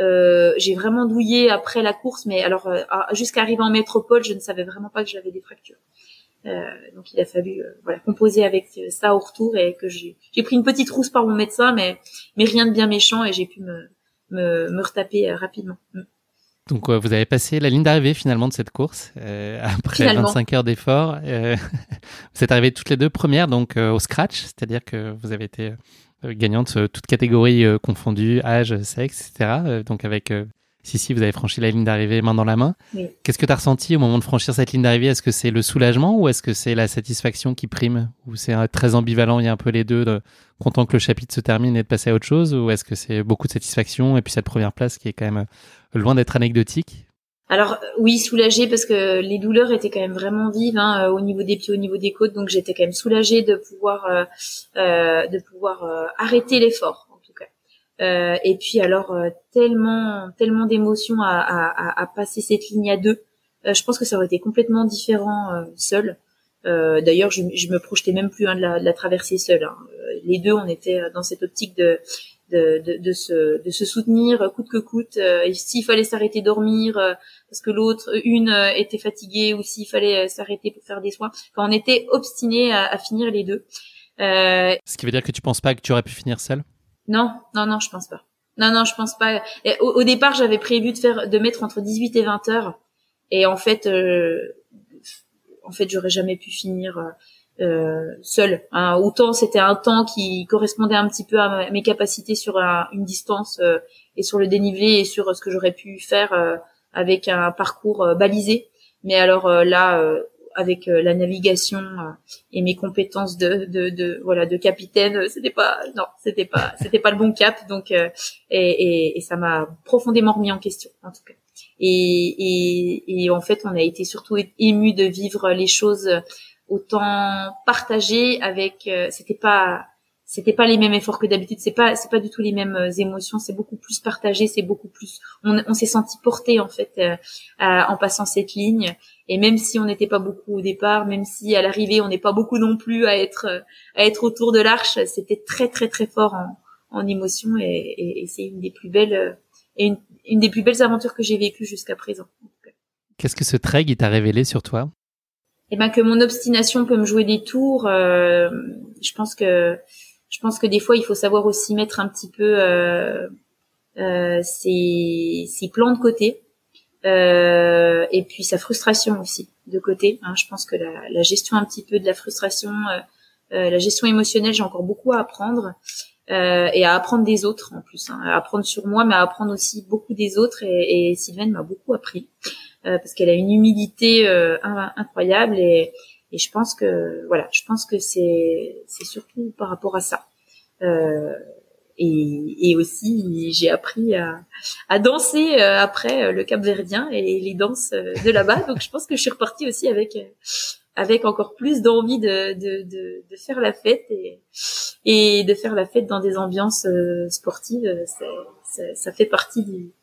douillé après la course, mais alors jusqu'à arriver en métropole je ne savais vraiment pas que j'avais des fractures, donc il a fallu composer avec ça au retour et que j'ai pris une petite rousse par mon médecin, mais rien de bien méchant et j'ai pu me retaper rapidement. Donc vous avez passé la ligne d'arrivée finalement de cette course après 25 heures d'effort. Vous êtes arrivées toutes les deux premières donc au scratch, c'est-à-dire que vous avez été gagnantes toutes catégories confondues, âge, sexe, etc. Donc avec Sissi, vous avez franchi la ligne d'arrivée main dans la main. Oui. Qu'est-ce que tu as ressenti au moment de franchir cette ligne d'arrivée ? Est-ce que c'est le soulagement ou est-ce que c'est la satisfaction qui prime ? Ou c'est très ambivalent, il y a un peu les deux, content que le chapitre se termine et de passer à autre chose ? Ou est-ce que c'est beaucoup de satisfaction et puis cette première place qui est quand même loin d'être anecdotique ? Alors oui, soulagée parce que les douleurs étaient quand même vraiment vives au niveau des pieds, au niveau des côtes, donc j'étais quand même soulagée de pouvoir arrêter l'effort en tout cas. Et puis alors tellement d'émotions à passer cette ligne à 2. Je pense que ça aurait été complètement différent seul. D'ailleurs, je me projetais même plus de la traverser seule. Les deux, on était dans cette optique de se soutenir coûte que coûte. Et s'il fallait s'arrêter dormir parce que l'autre était fatiguée ou s'il fallait s'arrêter pour faire des soins. Enfin, on était obstinés à finir les deux. Ce qui veut dire que tu penses pas que tu aurais pu finir seule ? Non, je pense pas. Non, je pense pas. Et au départ, j'avais prévu de mettre entre 18 et 20 heures. Et en fait, j'aurais jamais pu finir seule. Hein. Autant c'était un temps qui correspondait un petit peu à mes capacités sur une distance et sur le dénivelé et sur ce que j'aurais pu faire avec un parcours balisé. Mais alors avec la navigation et mes compétences de capitaine, c'était pas le bon cap. Donc et ça m'a profondément remis en question en tout cas. Et en fait, on a été surtout émus de vivre les choses autant partagées avec c'était pas les mêmes efforts que d'habitude, c'est pas du tout les mêmes émotions, c'est beaucoup plus partagé, c'est beaucoup plus on s'est senti porté en fait en passant cette ligne. Et même si on n'était pas beaucoup au départ, même si à l'arrivée on n'est pas beaucoup non plus à être autour de l'arche, c'était très très très fort en émotion et c'est une des plus belles et une des plus belles aventures que j'ai vécues jusqu'à présent. Qu'est-ce que ce trek il t'a révélé sur toi? Eh ben que mon obstination peut me jouer des tours. Je pense que des fois il faut savoir aussi mettre un petit peu ses plans de côté. Et puis sa frustration aussi de côté. Hein. Je pense que la gestion un petit peu de la frustration, la gestion émotionnelle, j'ai encore beaucoup à apprendre et à apprendre des autres en plus. Hein. À apprendre sur moi, mais à apprendre aussi beaucoup des autres. Et Sylvaine m'a beaucoup appris parce qu'elle a une humilité incroyable et je pense que c'est surtout par rapport à ça. Et aussi j'ai appris à danser après le Cap-Verdien et les danses de là-bas. Donc je pense que je suis repartie aussi avec encore plus d'envie de faire la fête et de faire la fête dans des ambiances sportives. Ça fait partie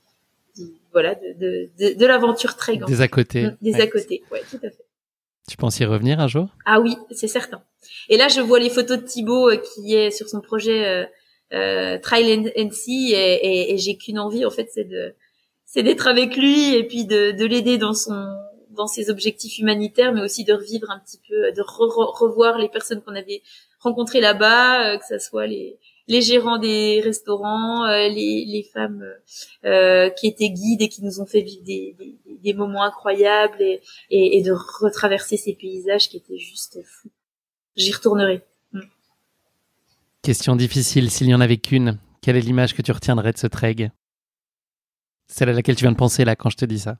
de l'aventure très grande. Des à côté. Des à côté, ouais, tout à fait. Tu penses y revenir un jour? Ah oui, c'est certain. Et là, je vois les photos de Thibaut qui est sur son projet Trail and Sea et j'ai qu'une envie en fait, c'est d'être avec lui et puis de l'aider dans ses objectifs humanitaires, mais aussi de revivre un petit peu, de revoir les personnes qu'on avait rencontrées là-bas, que ça soit les gérants des restaurants, les femmes qui étaient guides et qui nous ont fait vivre des moments incroyables et de retraverser ces paysages qui étaient juste fous. J'y retournerai. Question difficile, s'il n'y en avait qu'une, quelle est l'image que tu retiendrais de ce trek? Celle à laquelle tu viens de penser là quand je te dis ça.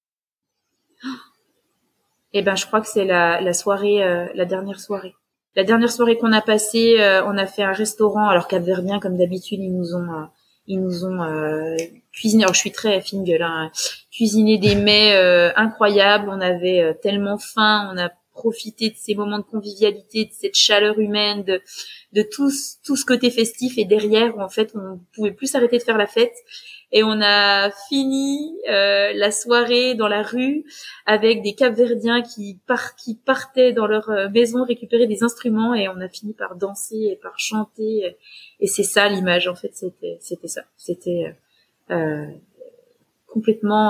Eh ben, je crois que c'est la soirée, la dernière soirée. La dernière soirée qu'on a passée, on a fait un restaurant. Alors Cap-Verdien, comme d'habitude, ils nous ont cuisiné. Alors je suis très fine gueule, hein, cuisiné des mets incroyables. On avait tellement faim, on a profité de ces moments de convivialité, de cette chaleur humaine, de tout ce côté festif. Et derrière, en fait, on pouvait plus s'arrêter de faire la fête. Et on a fini la soirée dans la rue avec des Cap-Verdiens qui partaient dans leur maison récupérer des instruments et on a fini par danser et par chanter. Et c'est ça l'image, en fait, c'était ça. C'était complètement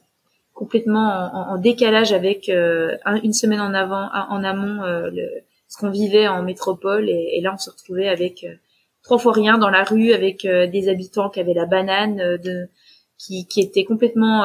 en décalage avec une semaine en amont ce qu'on vivait en métropole et là on se retrouvait avec 3 fois rien dans la rue avec des habitants qui avaient la banane qui étaient complètement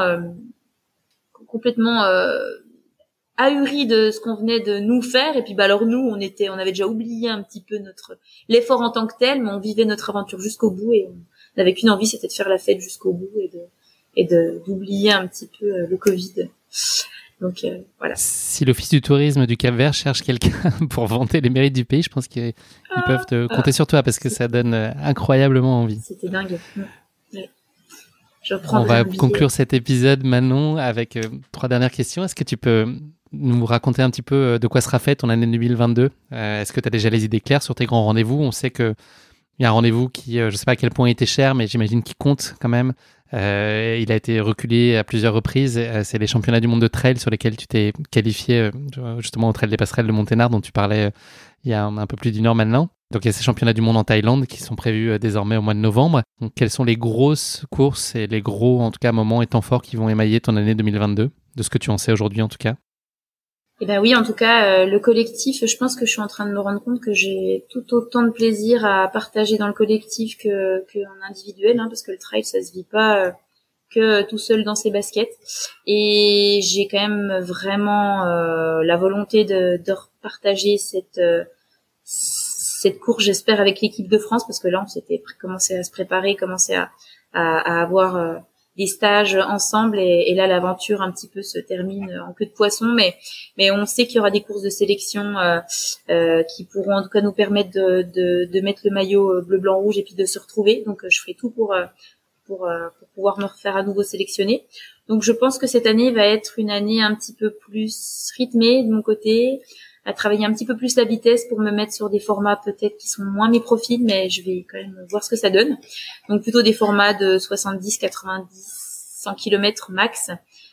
ahuris de ce qu'on venait de nous faire et puis alors nous on avait déjà oublié un petit peu l'effort en tant que tel, mais on vivait notre aventure jusqu'au bout et on n'avait qu'une envie, c'était de faire la fête jusqu'au bout et d'oublier un petit peu le Covid. Donc voilà. Si l'Office du tourisme du Cap-Vert cherche quelqu'un pour vanter les mérites du pays, je pense qu'ils peuvent te compter sur toi parce que ça donne incroyablement envie. C'était dingue. Ouais. On va conclure cet épisode, Manon, avec 3 dernières questions. Est-ce que tu peux nous raconter un petit peu de quoi sera fait ton année 2022 ? Est-ce que tu as déjà les idées claires sur tes grands rendez-vous ? On sait qu'il y a un rendez-vous qui, je ne sais pas à quel point il était cher, mais j'imagine qu'il compte quand même. Il a été reculé à plusieurs reprises. C'est les championnats du monde de trail sur lesquels tu t'es qualifié justement au Trail des Passerelles de Monténard dont tu parlais il y a un peu plus d'1 heure maintenant. Donc il y a ces championnats du monde en Thaïlande qui sont prévus désormais au mois de novembre. Donc quelles sont les grosses courses et les gros en tout cas moments et temps forts qui vont émailler ton année 2022, de ce que tu en sais aujourd'hui en tout cas? Eh ben oui, en tout cas, le collectif, je pense que je suis en train de me rendre compte que j'ai tout autant de plaisir à partager dans le collectif que en individuel, hein, parce que le trail, ça se vit pas que tout seul dans ses baskets. Et j'ai quand même vraiment la volonté de repartager cette course, j'espère, avec l'équipe de France, parce que là, on s'était commencé à se préparer, commencé à avoir des stages ensemble, et là, l'aventure un petit peu se termine en queue de poisson, mais on sait qu'il y aura des courses de sélection qui pourront en tout cas nous permettre de mettre le maillot bleu, blanc, rouge, et puis de se retrouver. Donc, je ferai tout pour pouvoir me refaire à nouveau sélectionner. Donc, je pense que cette année va être une année un petit peu plus rythmée de mon côté, à travailler un petit peu plus la vitesse pour me mettre sur des formats peut-être qui sont moins mes profils, mais je vais quand même voir ce que ça donne. Donc plutôt des formats de 70, 90, 100 km max,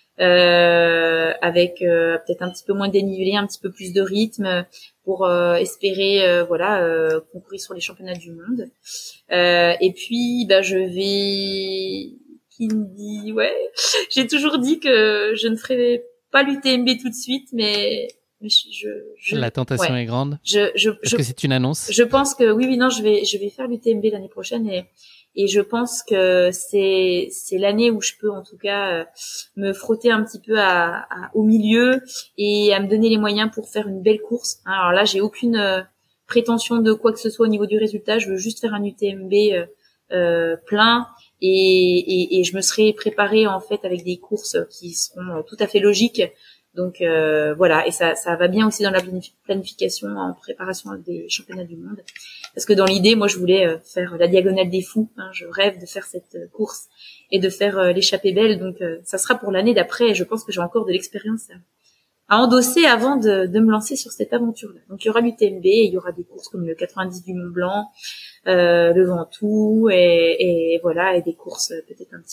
avec peut-être un petit peu moins de dénivelé, un petit peu plus de rythme pour espérer concourir sur les championnats du monde. Et puis je vais j'ai toujours dit que je ne ferais pas l'UTMB tout de suite, mais la tentation est grande. Est-ce que c'est une annonce? Je pense que oui, non, je vais faire l'UTMB l'année prochaine, et je pense que c'est l'année où je peux en tout cas me frotter un petit peu au milieu et à me donner les moyens pour faire une belle course. Alors là, j'ai aucune prétention de quoi que ce soit au niveau du résultat. Je veux juste faire un UTMB plein, et je me serai préparée en fait avec des courses qui seront tout à fait logiques. Donc voilà, et ça va bien aussi dans la planification en préparation des championnats du monde, parce que dans l'idée, moi je voulais faire la diagonale des fous, hein, je rêve de faire cette course et de faire l'échappée belle, donc ça sera pour l'année d'après, et je pense que j'ai encore de l'expérience à endosser avant de me lancer sur cette aventure-là. Donc il y aura l'UTMB, et il y aura des courses comme le 90 du Mont Blanc, le Ventoux, et voilà, et des courses peut-être un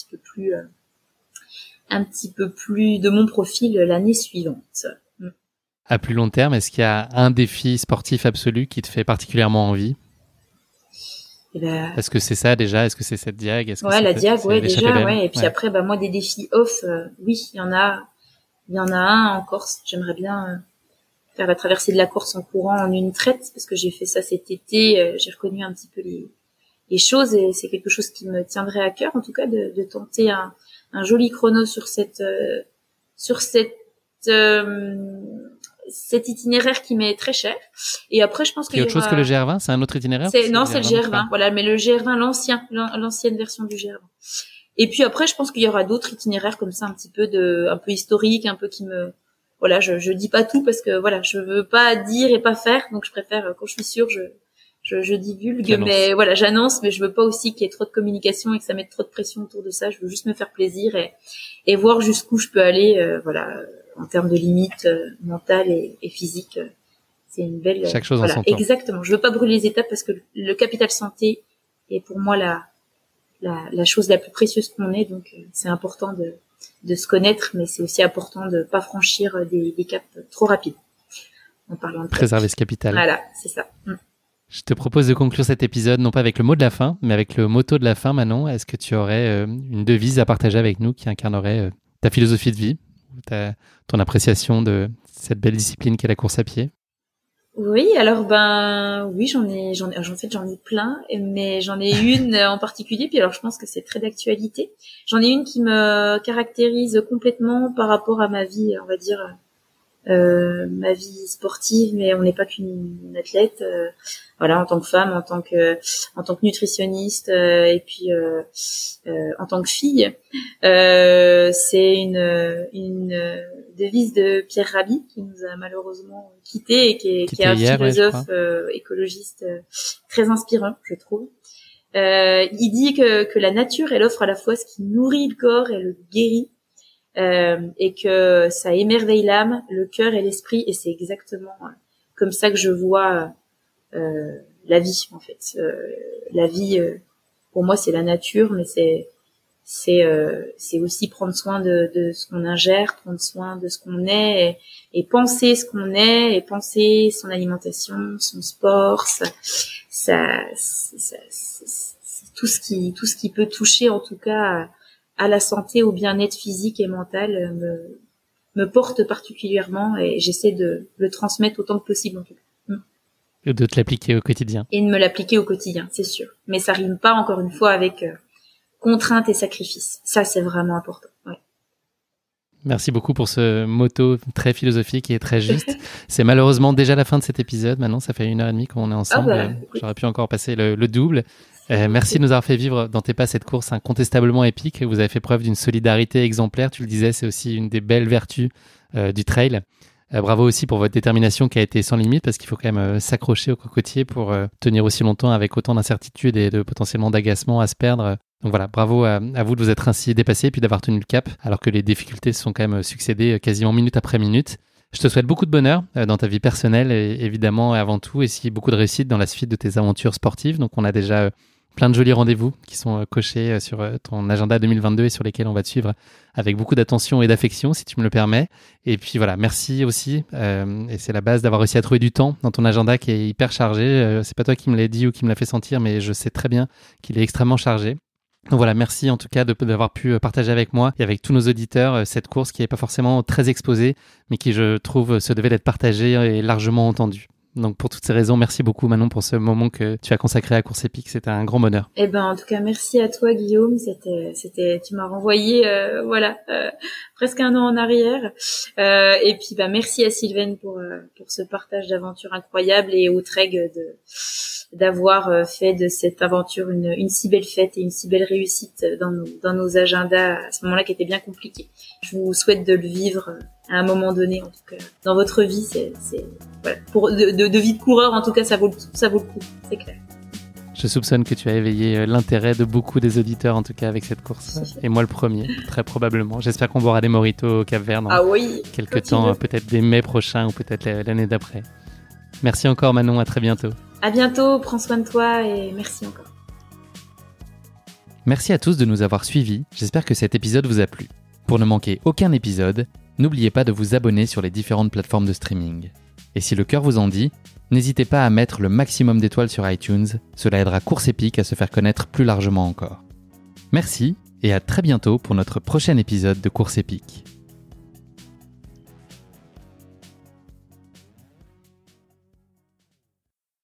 petit peu plus de mon profil l'année suivante. À plus long terme, est-ce qu'il y a un défi sportif absolu qui te fait particulièrement envie? Est-ce que c'est ça déjà? Est-ce que c'est cette diag? La diag, déjà, ouais. Et puis après, moi, des défis off, oui, il y en a un en Corse. J'aimerais bien faire la traversée de la Corse en courant en une traite, parce que j'ai fait ça cet été. J'ai reconnu un petit peu les choses, et c'est quelque chose qui me tiendrait à cœur, en tout cas, de tenter un joli chrono sur cet itinéraire qui m'est très cher. Et après, je pense qu'il y autre chose que le GR20, c'est un autre itinéraire? C'est le GR20, voilà, mais le GR20, l'ancienne version du GR20. Et puis après, je pense qu'il y aura d'autres itinéraires comme ça, un peu historique, un peu qui me, voilà, je dis pas tout parce que voilà, je veux pas dire et pas faire, donc je préfère, quand je suis sûre, je divulgue, mais voilà, j'annonce, mais je veux pas aussi qu'il y ait trop de communication et que ça mette trop de pression autour de ça. Je veux juste me faire plaisir et voir jusqu'où je peux aller, en termes de limites mentales et physiques. C'est une belle. Chaque chose en son temps. Exactement. Je veux pas brûler les étapes, parce que le capital santé est pour moi la chose la plus précieuse qu'on ait. Donc c'est important de se connaître, mais c'est aussi important de pas franchir des caps trop rapides. En parlant de préserver ce capital. Voilà, c'est ça. Je te propose de conclure cet épisode, non pas avec le mot de la fin, mais avec le motto de la fin, Manon. Est-ce que tu aurais une devise à partager avec nous qui incarnerait ta philosophie de vie, ton appréciation de cette belle discipline qu'est la course à pied? Oui, alors oui, j'en ai plein, mais j'en ai une en particulier, puis alors je pense que c'est très d'actualité. J'en ai une qui me caractérise complètement par rapport à ma vie, on va dire, ma vie sportive, mais on n'est pas qu'une athlète, voilà, en tant que femme, en tant que nutritionniste, et puis en tant que fille. C'est une devise de Pierre Rabhi, qui nous a malheureusement quittés, et qui est un philosophe écologiste très inspirant, je trouve. Il dit que la nature, elle offre à la fois ce qui nourrit le corps et le guérit, et que ça émerveille l'âme, le cœur et l'esprit, et c'est exactement comme ça que je vois la vie, en fait. La vie, pour moi, c'est la nature, mais c'est aussi prendre soin de ce qu'on ingère, prendre soin de ce qu'on est, et penser ce qu'on est, et penser son alimentation, son sport, tout ce qui peut toucher, en tout cas, à la santé, au bien-être physique et mental, me porte particulièrement et j'essaie de le transmettre autant que possible en tout cas. Et de te l'appliquer au quotidien. Et de me l'appliquer au quotidien, c'est sûr. Mais ça rime pas, encore une fois, avec contrainte et sacrifice. Ça, c'est vraiment important. Ouais. Merci beaucoup pour ce motto très philosophique et très juste. C'est malheureusement déjà la fin de cet épisode. Maintenant, ça fait 1h30 qu'on est ensemble. J'aurais pu encore passer le double. Merci de nous avoir fait vivre dans tes pas cette course incontestablement épique. Vous avez fait preuve d'une solidarité exemplaire. Tu le disais, c'est aussi une des belles vertus du trail. Bravo aussi pour votre détermination qui a été sans limite parce qu'il faut quand même s'accrocher au cocotier pour tenir aussi longtemps avec autant d'incertitudes et de potentiellement d'agacement à se perdre. Donc voilà, bravo à vous de vous être ainsi dépassé et puis d'avoir tenu le cap alors que les difficultés se sont quand même succédées quasiment minute après minute. Je te souhaite beaucoup de bonheur dans ta vie personnelle et évidemment avant tout et aussi beaucoup de réussite dans la suite de tes aventures sportives. Donc on a déjà plein de jolis rendez-vous qui sont cochés sur ton agenda 2022 et sur lesquels on va te suivre avec beaucoup d'attention et d'affection, si tu me le permets. Et puis voilà, merci aussi. Et c'est la base d'avoir réussi à trouver du temps dans ton agenda qui est hyper chargé. C'est pas toi qui me l'as dit ou qui me l'a fait sentir, mais je sais très bien qu'il est extrêmement chargé. Donc voilà, merci en tout cas d'avoir pu partager avec moi et avec tous nos auditeurs cette course qui n'est pas forcément très exposée, mais qui, je trouve, se devait d'être partagée et largement entendue. Donc pour toutes ces raisons, merci beaucoup Manon pour ce moment que tu as consacré à Course Épique. C'était un grand bonheur. Eh ben en tout cas merci à toi Guillaume. Tu m'as renvoyé presque un an en arrière. Et puis merci à Sylvaine pour ce partage d'aventure incroyable et au Treg d'avoir fait de cette aventure une si belle fête et une si belle réussite dans nos agendas à ce moment-là qui était bien compliqué. Je vous souhaite de le vivre à un moment donné, en tout cas dans votre vie. C'est voilà, pour de vie de coureur en tout cas ça vaut le coup, c'est clair. Je soupçonne que tu as éveillé l'intérêt de beaucoup des auditeurs en tout cas avec cette course et moi le premier très probablement. J'espère qu'on boira des mojitos au Cap-Vert dans quelques temps, peut-être dès mai prochain ou peut-être l'année d'après. Merci encore Manon, à très bientôt. À bientôt, prends soin de toi et merci encore. Merci à tous de nous avoir suivis, j'espère que cet épisode vous a plu. Pour ne manquer aucun épisode, n'oubliez pas de vous abonner sur les différentes plateformes de streaming. Et si le cœur vous en dit, n'hésitez pas à mettre le maximum d'étoiles sur iTunes, cela aidera Course Épique à se faire connaître plus largement encore. Merci et à très bientôt pour notre prochain épisode de Course Épique.